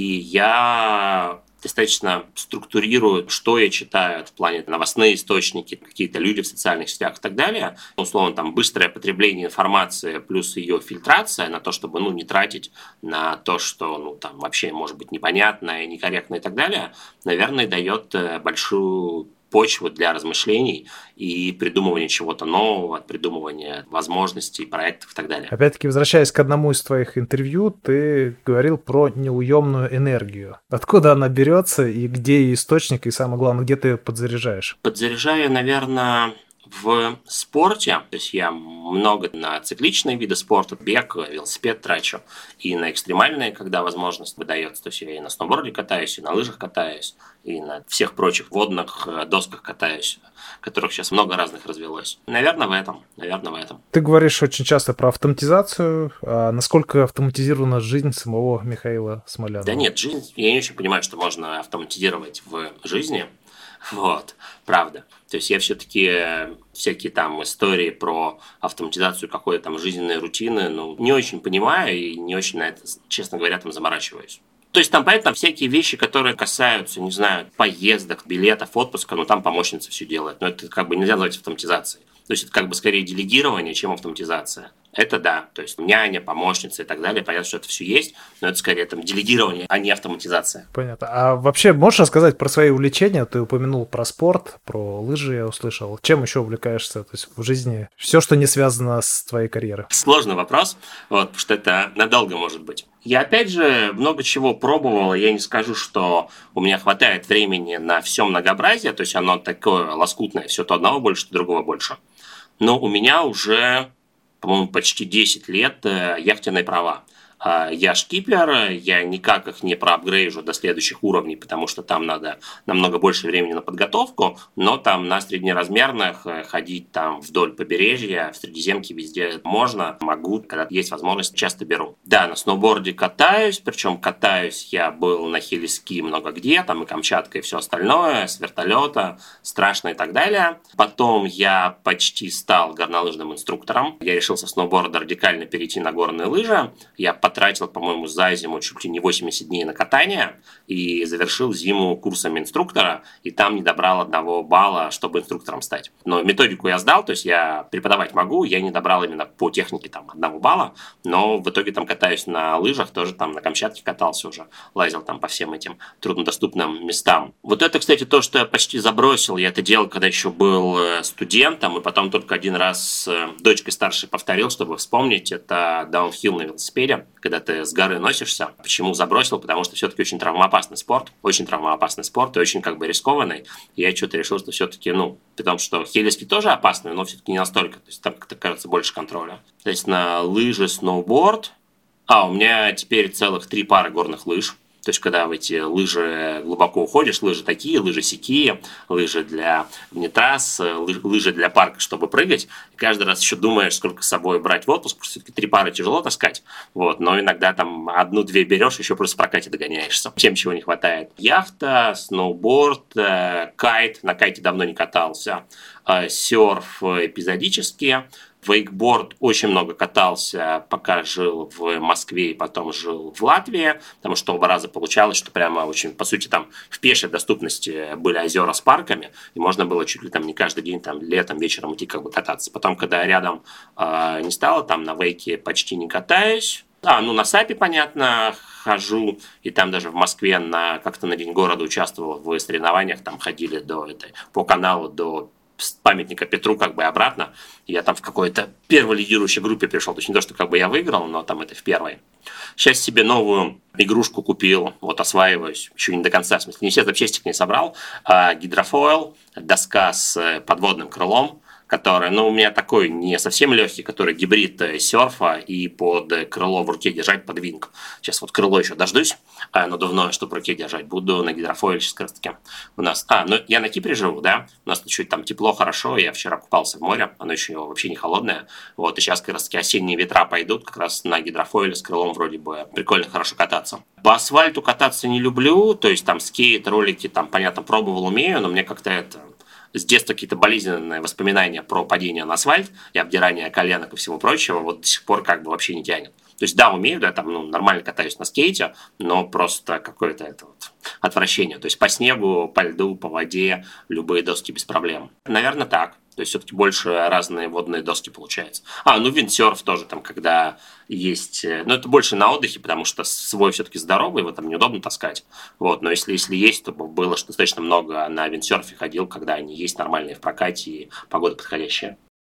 S1: я достаточно структурирую, что я читаю в плане новостные источники, какие-то люди в социальных сетях и так далее. Условно, там быстрое потребление информации плюс ее фильтрация на то, чтобы не тратить на то, что там вообще может быть непонятно и некорректно и так далее, наверное, дает большую почву для размышлений и придумывания чего-то нового, придумывания возможностей, проектов и так далее.
S2: Опять-таки, возвращаясь к одному из твоих интервью, ты говорил про неуемную энергию. Откуда она берется и где ее источник, и самое главное, где ты ее подзаряжаешь?
S1: Подзаряжаю, наверное, В спорте, то есть я много на цикличные виды спорта, бег, велосипед трачу, и на экстремальные, когда возможность выдается. То есть я и на сноуборде катаюсь, и на лыжах катаюсь, и на всех прочих водных досках катаюсь, которых сейчас много разных развелось. Наверное, в этом.
S2: Ты говоришь очень часто про автоматизацию. А насколько автоматизирована жизнь самого Михаила Смолянова?
S1: Да нет, жизнь, я не очень понимаю, что можно автоматизировать в жизни. Вот, правда. То есть я все-таки всякие там истории про автоматизацию какой-то там жизненной рутины, не очень понимаю и не очень на это, честно говоря, там заморачиваюсь. То есть там, понятно, всякие вещи, которые касаются, не знаю, поездок, билетов, отпуска, там помощница все делает. Но это как бы нельзя назвать автоматизацией. То есть это как бы скорее делегирование, чем автоматизация. Это да, то есть няня, помощница и так далее. Понятно, что это все есть, но это скорее там делегирование, а не автоматизация.
S2: Понятно. А вообще можешь рассказать про свои увлечения? Ты упомянул про спорт, про лыжи я услышал. Чем еще увлекаешься? То есть в жизни все, что не связано с твоей карьерой.
S1: Сложный вопрос, потому что это надолго может быть. Я опять же много чего пробовал, и я не скажу, что у меня хватает времени на все многообразие, то есть оно такое лоскутное, все то одного больше, то другого больше. Но у меня уже, по-моему, почти 10 лет яхтенные права. Я шкипер, я никак их не проапгрейжу до следующих уровней, потому что там надо намного больше времени на подготовку, но там на среднеразмерных ходить там вдоль побережья, в Средиземке везде можно, могу, когда есть возможность, часто беру. Да, на сноуборде катаюсь, причем катаюсь я был на хелиски много где, там и Камчатка, и все остальное, с вертолета, страшно и так далее. Потом я почти стал горнолыжным инструктором, я решил со сноуборда радикально перейти на горные лыжи, я потратил, по-моему, за зиму чуть ли не 80 дней на катание и завершил зиму курсами инструктора, и там не добрал 1 балла, чтобы инструктором стать. Но методику я сдал, то есть я преподавать могу, я не добрал именно по технике там 1 балла, но в итоге там катаюсь на лыжах, тоже там на Камчатке катался уже, лазил там по всем этим труднодоступным местам. Вот это, кстати, то, что я почти забросил, я это делал, когда еще был студентом, и потом только один раз с дочкой старшей повторил, чтобы вспомнить, это даунхилл на велосипеде, когда ты с горы носишься. Почему забросил? Потому что все-таки очень травмоопасный спорт и очень как бы рискованный. И я что-то решил, что все-таки, потому что хелиски тоже опасные, но все-таки не настолько. То есть там как-то кажется больше контроля. То есть на лыжи, сноуборд. У меня теперь целых 3 пары горных лыж. То есть, когда в эти лыжи глубоко уходишь, лыжи такие, лыжи сякие, лыжи для вне трасс, лыжи для парка, чтобы прыгать. И каждый раз еще думаешь, сколько с собой брать в отпуск, потому что все-таки 3 пары тяжело таскать. Но иногда там 1-2 берешь, еще просто в прокате догоняешься. Чем чего не хватает. Яхта, сноуборд, кайт. На кайте давно не катался. Серф эпизодически. Вейкборд очень много катался, пока жил в Москве и потом жил в Латвии, потому что оба раза получалось, что прямо очень, по сути, там в пешей доступности были озера с парками, и можно было чуть ли там не каждый день, там летом, вечером идти как бы кататься. Потом, когда рядом не стало, там на вейке почти не катаюсь. На САПе, понятно, хожу, и там даже в Москве как-то на День города участвовал в соревнованиях, там ходили по каналу до памятника Петру как бы обратно. Я там в какой-то первой лидирующей группе пришел. То есть не то, что как бы я выиграл, но там это в первой. Сейчас себе новую игрушку купил, осваиваюсь, еще не до конца, в смысле, не все запчасти к ней собрал. Гидрофойл, доска с подводным крылом, который, у меня такой не совсем легкий, который гибрид серфа и под крыло в руке держать под винг. Сейчас крыло еще дождусь, надувное, чтобы в руке держать, буду на гидрофойле сейчас как раз таки. У нас, я на Кипре живу, да, у нас чуть там тепло, хорошо, я вчера купался в море, оно еще вообще не холодное, и сейчас как раз таки осенние ветра пойдут, как раз на гидрофойле с крылом вроде бы прикольно, хорошо кататься. По асфальту кататься не люблю, то есть там скейт, ролики, там, понятно, пробовал, умею, но мне как-то это... С детства какие-то болезненные воспоминания про падение на асфальт и обдирание коленок и всего прочего, до сих пор как бы вообще не тянет. То есть, да, умею, да, там, нормально катаюсь на скейте, но просто какое-то это отвращение. То есть, по снегу, по льду, по воде, любые доски без проблем. Наверное, так. То есть, все-таки больше разные водные доски получается. Виндсерф тоже, там, когда есть... это больше на отдыхе, потому что свой все-таки здоровый, его там неудобно таскать. Но если есть, то было достаточно много на виндсерфе ходил, когда они есть нормальные в прокате и погода подходящая.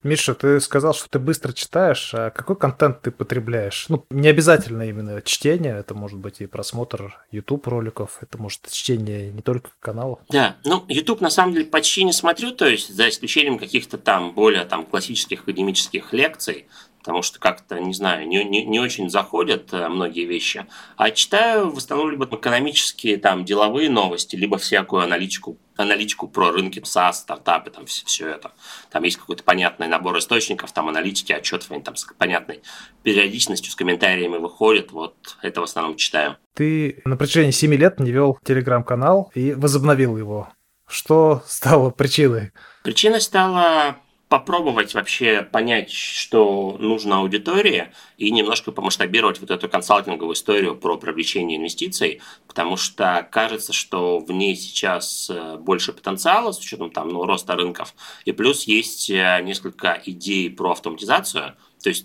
S2: Миша, ты сказал, что ты быстро читаешь, а какой контент ты потребляешь? Ну, не обязательно именно чтение, это может быть и просмотр YouTube роликов, это может чтение не только каналов.
S1: Да, ну, YouTube на самом деле почти не смотрю, то есть за исключением каких-то там более там классических академических лекций, потому что как-то, не знаю, не очень заходят многие вещи. А читаю в основном либо экономические, там, деловые новости, либо всякую аналитику про рынки SaaS, стартапы, там, все это. Там есть какой-то понятный набор источников, там, аналитики, отчетов, они там с понятной периодичностью, с комментариями выходят, вот это в основном читаю.
S2: Ты на протяжении 7 лет не вел телеграм-канал и возобновил его. Что стало причиной?
S1: Причиной стала попробовать вообще понять, что нужно аудитории, и немножко помасштабировать вот эту консалтинговую историю про привлечение инвестиций, потому что кажется, что в ней сейчас больше потенциала с учетом там, роста рынков, и плюс есть несколько идей про автоматизацию. То есть,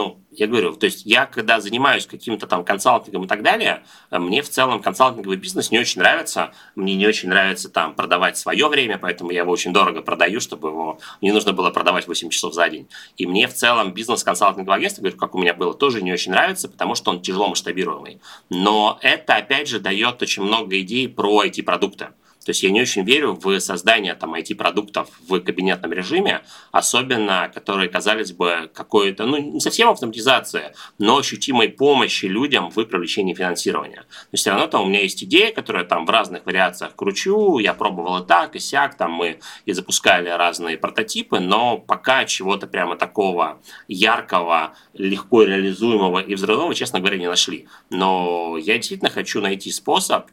S1: я говорю, то есть я когда занимаюсь каким-то там консалтингом и так далее, мне в целом консалтинговый бизнес не очень нравится, мне не очень нравится там продавать свое время, поэтому я его очень дорого продаю, чтобы его не нужно было продавать 8 часов за день. И мне в целом бизнес консалтингового агентства, говорю, как у меня было, тоже не очень нравится, потому что он тяжело масштабируемый. Но это, опять же, дает очень много идей про IT-продукты. То есть я не очень верю в создание там IT-продуктов в кабинетном режиме, особенно которые казались бы какой-то, не совсем автоматизация, но ощутимой помощи людям в привлечении финансирования. То есть все равно там у меня есть идея, которую там в разных вариациях кручу, я пробовал и так, и сяк, там мы и запускали разные прототипы, но пока чего-то прямо такого яркого, легко реализуемого и взрывного, честно говоря, не нашли. Но я действительно хочу найти способ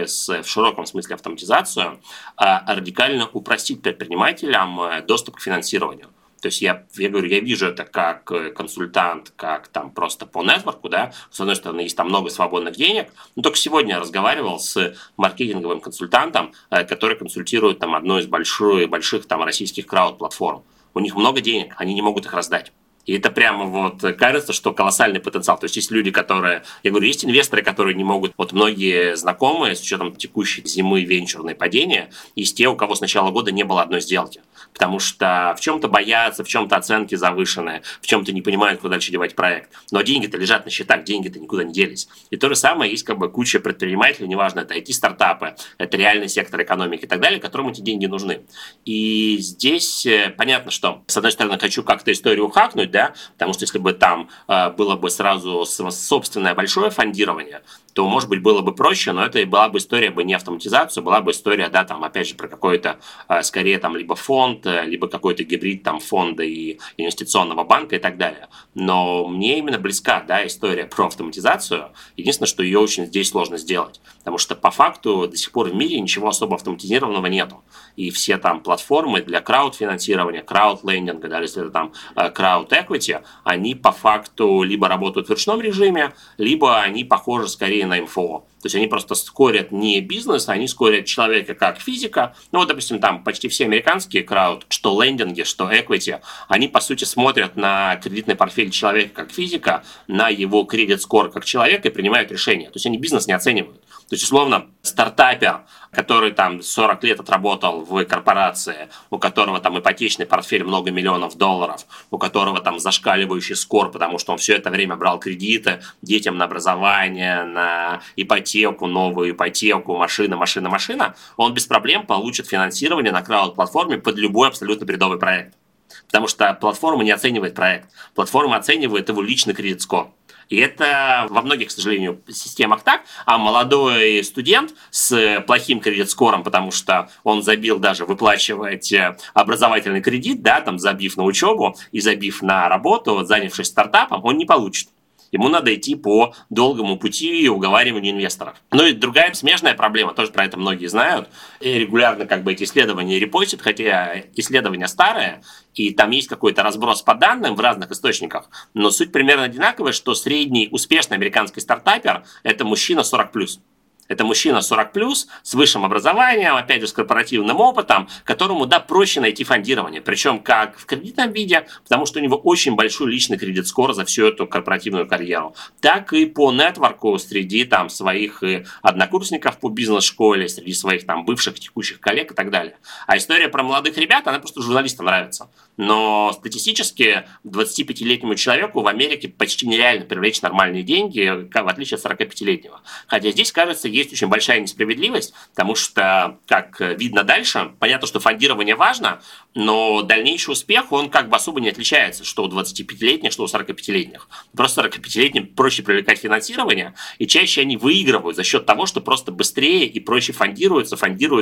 S1: в широком смысле автоматизации, радикально упростить предпринимателям доступ к финансированию. То есть я говорю, я вижу это как консультант, как там просто по нетворку, да, с одной стороны, есть там много свободных денег, но только сегодня я разговаривал с маркетинговым консультантом, который консультирует там одну из больших там российских крауд-платформ. У них много денег, они не могут их раздать. И это прямо вот кажется, что колоссальный потенциал. То есть есть люди, которые, я говорю, есть инвесторы, которые не могут, вот многие знакомые с учетом текущей зимы венчурное падение, есть те, у кого с начала года не было одной сделки. Потому что в чем-то боятся, в чем-то оценки завышенные, в чем-то не понимают, куда дальше девать проект. Но деньги-то лежат на счетах, деньги-то никуда не делись. И то же самое есть как бы куча предпринимателей, неважно, это IT-стартапы, это реальный сектор экономики и так далее, которым эти деньги нужны. И здесь понятно, что с одной стороны хочу как-то историю хакнуть, да, потому что если бы там было бы сразу собственное большое фондирование, то, может быть, было бы проще, но это была бы история не автоматизацию, была бы история, да, там, опять же, про какой-то, скорее, там, либо фонд, либо какой-то гибрид, там, фонда и инвестиционного банка и так далее. Но мне именно близка, да, история про автоматизацию. Единственное, что ее очень здесь сложно сделать, потому что, по факту, до сих пор в мире ничего особо автоматизированного нету. И все там платформы для краудфинансирования, краудлендинга, да, если это там крауд equity, они по факту либо работают в ручном режиме, либо они похожи скорее на МФО. То есть они просто скорят не бизнес, они скорят человека как физика. Ну вот, допустим, там почти все американские крауд, что лендинги, что equity, они по сути смотрят на кредитный портфель человека как физика, на его кредит-скор как человека и принимают решения. То есть они бизнес не оценивают. То есть, условно, стартапер, который там 40 лет отработал в корпорации, у которого там ипотечный портфель много миллионов долларов, у которого там зашкаливающий скор, потому что он все это время брал кредиты детям на образование, на ипотеку, новую ипотеку, машина, он без проблем получит финансирование на крауд-платформе под любой абсолютно бредовый проект. Потому что платформа не оценивает проект. Платформа оценивает его личный кредит-скор. И это во многих, к сожалению, системах так, а молодой студент с плохим кредит-скором, потому что он забил даже выплачивать образовательный кредит, да, там забив на учебу и забив на работу, занявшись стартапом, он не получит. Ему надо идти по долгому пути уговаривания инвесторов. Ну и другая смежная проблема, тоже про это многие знают, и регулярно как бы эти исследования репостят, хотя исследования старые, и там есть какой-то разброс по данным в разных источниках, но суть примерно одинаковая, что средний успешный американский стартапер – это мужчина 40+. Это мужчина 40+, с высшим образованием, опять же, с корпоративным опытом, которому, да, проще найти фондирование. Причем как в кредитном виде, потому что у него очень большой личный кредит-скор за всю эту корпоративную карьеру, так и по нетворку среди там своих однокурсников по бизнес-школе, среди своих там бывших текущих коллег и так далее. А история про молодых ребят, она просто журналистам нравится. Но статистически 25-летнему человеку в Америке почти нереально привлечь нормальные деньги, в отличие от 45-летнего. Хотя здесь, кажется, есть очень большая несправедливость, потому что, как видно дальше, понятно, что фондирование важно, но дальнейший успех, он как бы особо не отличается, что у 25-летних, что у 45-летних. Просто 45-летним проще привлекать финансирование, и чаще они выигрывают за счет того, что просто быстрее и проще фондируются.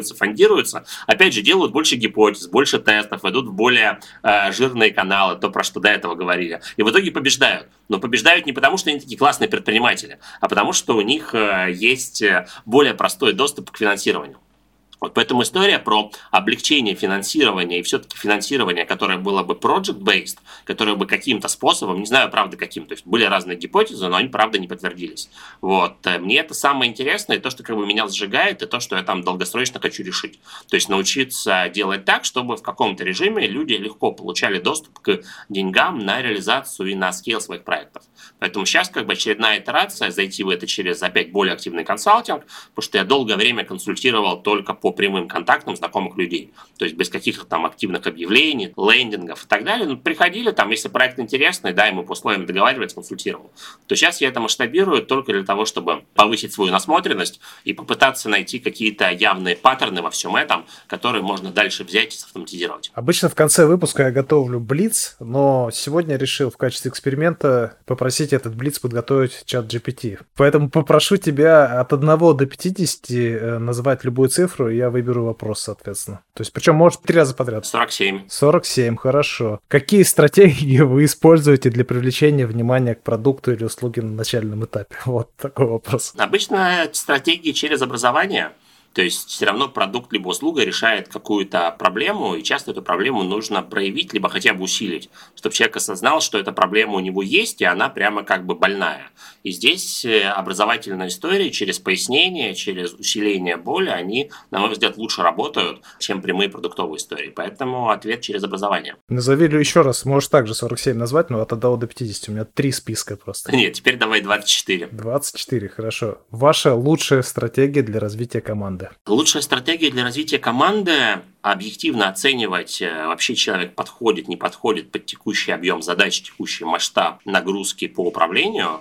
S1: Опять же, делают больше гипотез, больше тестов, идут в более жирные каналы, то, про что до этого говорили. И в итоге побеждают. Но побеждают не потому, что они такие классные предприниматели, а потому, что у них есть более простой доступ к финансированию. Вот поэтому история про облегчение финансирования и все-таки финансирование, которое было бы project-based, которое бы каким-то способом, не знаю, правда, каким, то есть были разные гипотезы, но они, правда, не подтвердились. Вот. Мне это самое интересное, и то, что как бы меня сжигает, и то, что я там долгосрочно хочу решить. То есть научиться делать так, чтобы в каком-то режиме люди легко получали доступ к деньгам на реализацию и на скейл своих проектов. Поэтому сейчас как бы очередная итерация, зайти в это через опять более активный консалтинг, потому что я долгое время консультировал только по прямым контактам знакомых людей. То есть без каких-то там активных объявлений, лендингов и так далее. Ну, приходили там, если проект интересный, да, и мы по условиям договаривались, консультировал. То сейчас я это масштабирую только для того, чтобы повысить свою насмотренность и попытаться найти какие-то явные паттерны во всем этом, которые можно дальше взять и автоматизировать.
S2: Обычно в конце выпуска я готовлю блиц, но сегодня решил в качестве эксперимента попросить этот блиц подготовить чат GPT. Поэтому попрошу тебя от 1 до 50 назвать любую цифру, и я выберу вопрос, соответственно. То есть, причем, может, 3 раза подряд.
S1: 47.
S2: 47, хорошо. Какие стратегии вы используете для привлечения внимания к продукту или услуге на начальном этапе? Вот такой вопрос.
S1: Обычно стратегии через образование. То есть все равно продукт либо услуга решает какую-то проблему, и часто эту проблему нужно проявить, либо хотя бы усилить, чтобы человек осознал, что эта проблема у него есть, и она прямо как бы больная. И здесь образовательные истории через пояснение, через усиление боли, они, на мой взгляд, лучше работают, чем прямые продуктовые истории. Поэтому ответ через образование.
S2: Назови еще раз, можешь также 47 назвать, но от 1 до 50. У меня 3 списка просто.
S1: Нет, теперь давай 24.
S2: 24, хорошо. Ваша лучшая стратегия для развития команды?
S1: Лучшая стратегия для развития команды – объективно оценивать, вообще человек подходит, не подходит под текущий объем задач, текущий масштаб нагрузки по управлению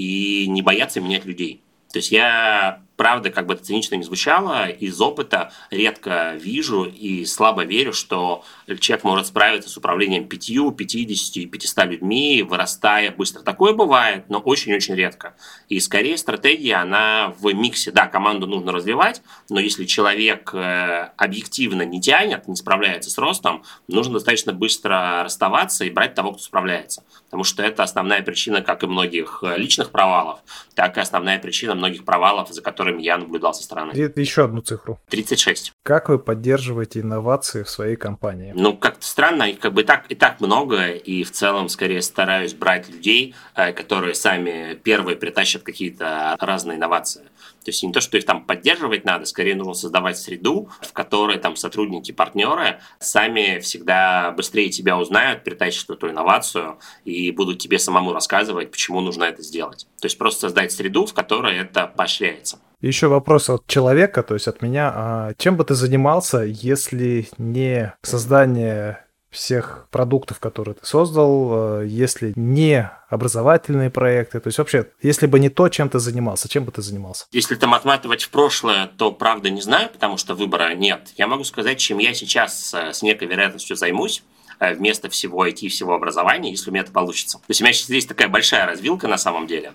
S1: и не бояться менять людей. То есть я, правда, как бы это цинично не звучало, из опыта редко вижу и слабо верю, что человек может справиться с управлением 5, 50 и 500 людьми, вырастая быстро. Такое бывает, но очень-очень редко. И скорее стратегия, она в миксе. Да, команду нужно развивать, но если человек объективно не тянет, не справляется с ростом, нужно достаточно быстро расставаться и брать того, кто справляется. Потому что это основная причина как и многих личных провалов, так и основная причина многих провалов, за которыми я наблюдал со стороны.
S2: И еще одну цифру.
S1: 36.
S2: Как вы поддерживаете инновации в своей компании?
S1: Ну, как-то странно, их как бы и так много, и в целом скорее стараюсь брать людей, которые сами первые притащат какие-то разные инновации. То есть не то, что их там поддерживать надо, скорее нужно создавать среду, в которой там сотрудники, партнеры сами всегда быстрее тебя узнают, притащат эту инновацию и будут тебе самому рассказывать, почему нужно это сделать. То есть просто создать среду, в которой это поощряется.
S2: Еще вопрос от человека, то есть от меня. Чем бы ты занимался, если не создание всех продуктов, которые ты создал, если не образовательные проекты, то есть вообще, если бы не то, чем ты занимался, чем бы ты занимался?
S1: Если там отматывать в прошлое, то правда не знаю, потому что выбора нет. Я могу сказать, чем я сейчас с некой вероятностью займусь, вместо всего IT, всего образования, если у меня это получится. То есть у меня сейчас здесь такая большая развилка на самом деле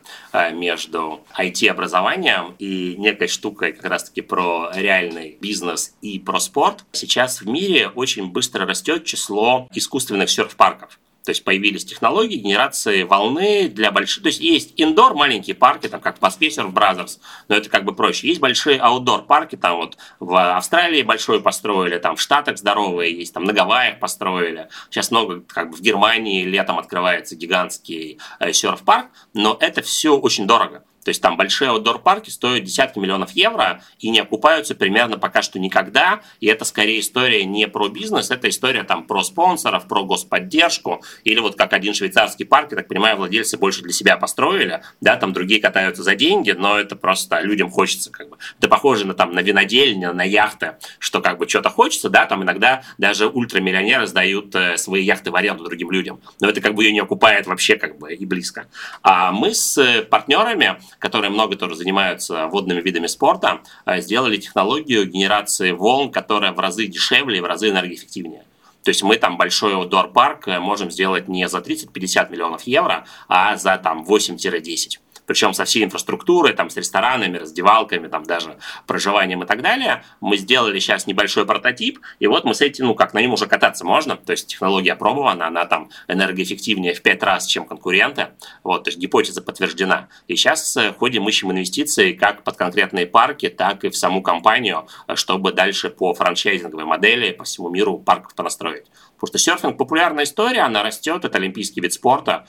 S1: между IT-образованием и некой штукой как раз-таки про реальный бизнес и про спорт. Сейчас в мире очень быстро растет число искусственных серф-парков. То есть появились технологии генерации волны для больших... То есть есть индор, маленькие парки, там как в Москве Surf Brothers, но это как бы проще. Есть большие аутдор парки, там вот в Австралии большой построили, там в Штатах здоровые есть, там на Гавайях построили. Сейчас много, как бы в Германии летом открывается гигантский серф-парк, но это все очень дорого. То есть там большие аутдор-парки стоят десятки миллионов евро и не окупаются примерно пока что никогда. И это скорее история не про бизнес, это история там про спонсоров, про господдержку. Или вот как один швейцарский парк, я так понимаю, владельцы больше для себя построили, да, там другие катаются за деньги, но это просто людям хочется как бы. Это похоже на, там, на винодельни, на яхты, что как бы что-то хочется, да, там иногда даже ультрамиллионеры сдают свои яхты в аренду другим людям. Но это как бы ее не окупает вообще как бы и близко. А мы с партнерами, которые много тоже занимаются водными видами спорта, сделали технологию генерации волн, которая в разы дешевле и в разы энергоэффективнее. То есть мы там большой аутдор-парк можем сделать не за 30-50 миллионов евро, а за там 8-10. Причем со всей инфраструктурой, там, с ресторанами, раздевалками, там, даже проживанием и так далее. Мы сделали сейчас небольшой прототип, и вот мы с этим, ну, как на нем уже кататься можно. То есть технология опробована, она там энергоэффективнее в 5 раз, чем конкуренты. Вот, то есть гипотеза подтверждена. И сейчас ходим, ищем инвестиции как под конкретные парки, так и в саму компанию, чтобы дальше по франчайзинговой модели по всему миру парков понастроить. Потому что серфинг – популярная история, она растет, это олимпийский вид спорта,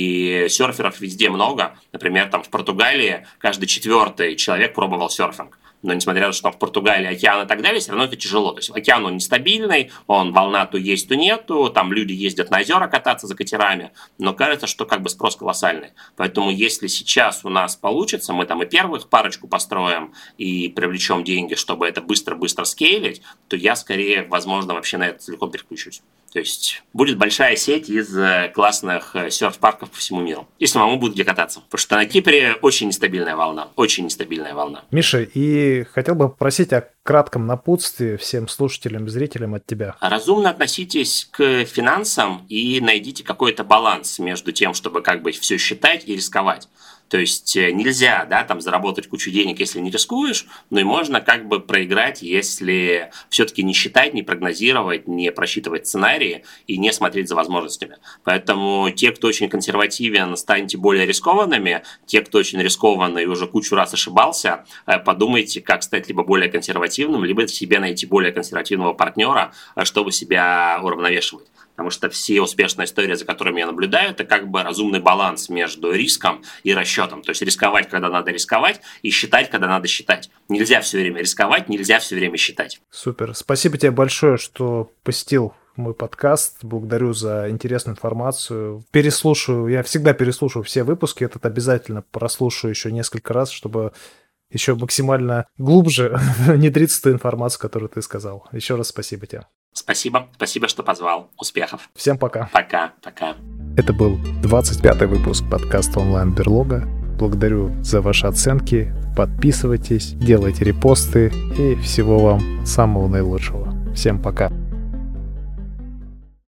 S1: и серферов везде много. Например, там в Португалии каждый 4-й человек пробовал серфинг. Но несмотря на то, что там в Португалии океан и так далее, все равно это тяжело. То есть океан, он нестабильный, волна то есть, то нету, там люди ездят на озера кататься за катерами, но кажется, что как бы спрос колоссальный. Поэтому если сейчас у нас получится, мы там и первых парочку построим и привлечем деньги, чтобы это быстро-быстро скейлить, то я скорее, возможно, вообще на это целиком переключусь. То есть будет большая сеть из классных серф-парков по всему миру. И самому будет где кататься. Потому что на Кипре очень нестабильная волна. Очень нестабильная волна.
S2: Миша, и хотел бы попросить о кратком напутствии всем слушателям и зрителям от тебя.
S1: Разумно относитесь к финансам и найдите какой-то баланс между тем, чтобы как бы все считать и рисковать. То есть нельзя, да, там заработать кучу денег, если не рискуешь, но и можно как бы проиграть, если все-таки не считать, не прогнозировать, не просчитывать сценарии и не смотреть за возможностями. Поэтому те, кто очень консервативен, станьте более рискованными, те, кто очень рискованный и уже кучу раз ошибался, подумайте, как стать либо более консервативным, либо себе найти более консервативного партнера, чтобы себя уравновешивать. Потому что все успешные истории, за которыми я наблюдаю, это как бы разумный баланс между риском и расчетом. То есть рисковать, когда надо рисковать, и считать, когда надо считать. Нельзя все время рисковать, нельзя все время считать.
S2: Супер. Спасибо тебе большое, что посетил мой подкаст. Благодарю за интересную информацию. Я всегда переслушиваю все выпуски. Этот обязательно прослушаю еще несколько раз, чтобы еще максимально глубже внедриться в ту информацию, которую ты сказал. Еще раз спасибо тебе.
S1: Спасибо, что позвал. Успехов.
S2: Всем пока.
S1: Пока.
S2: Это был 25-й выпуск подкаста «Онлайн-берлога». Благодарю за ваши оценки. Подписывайтесь, делайте репосты и всего вам самого наилучшего. Всем пока.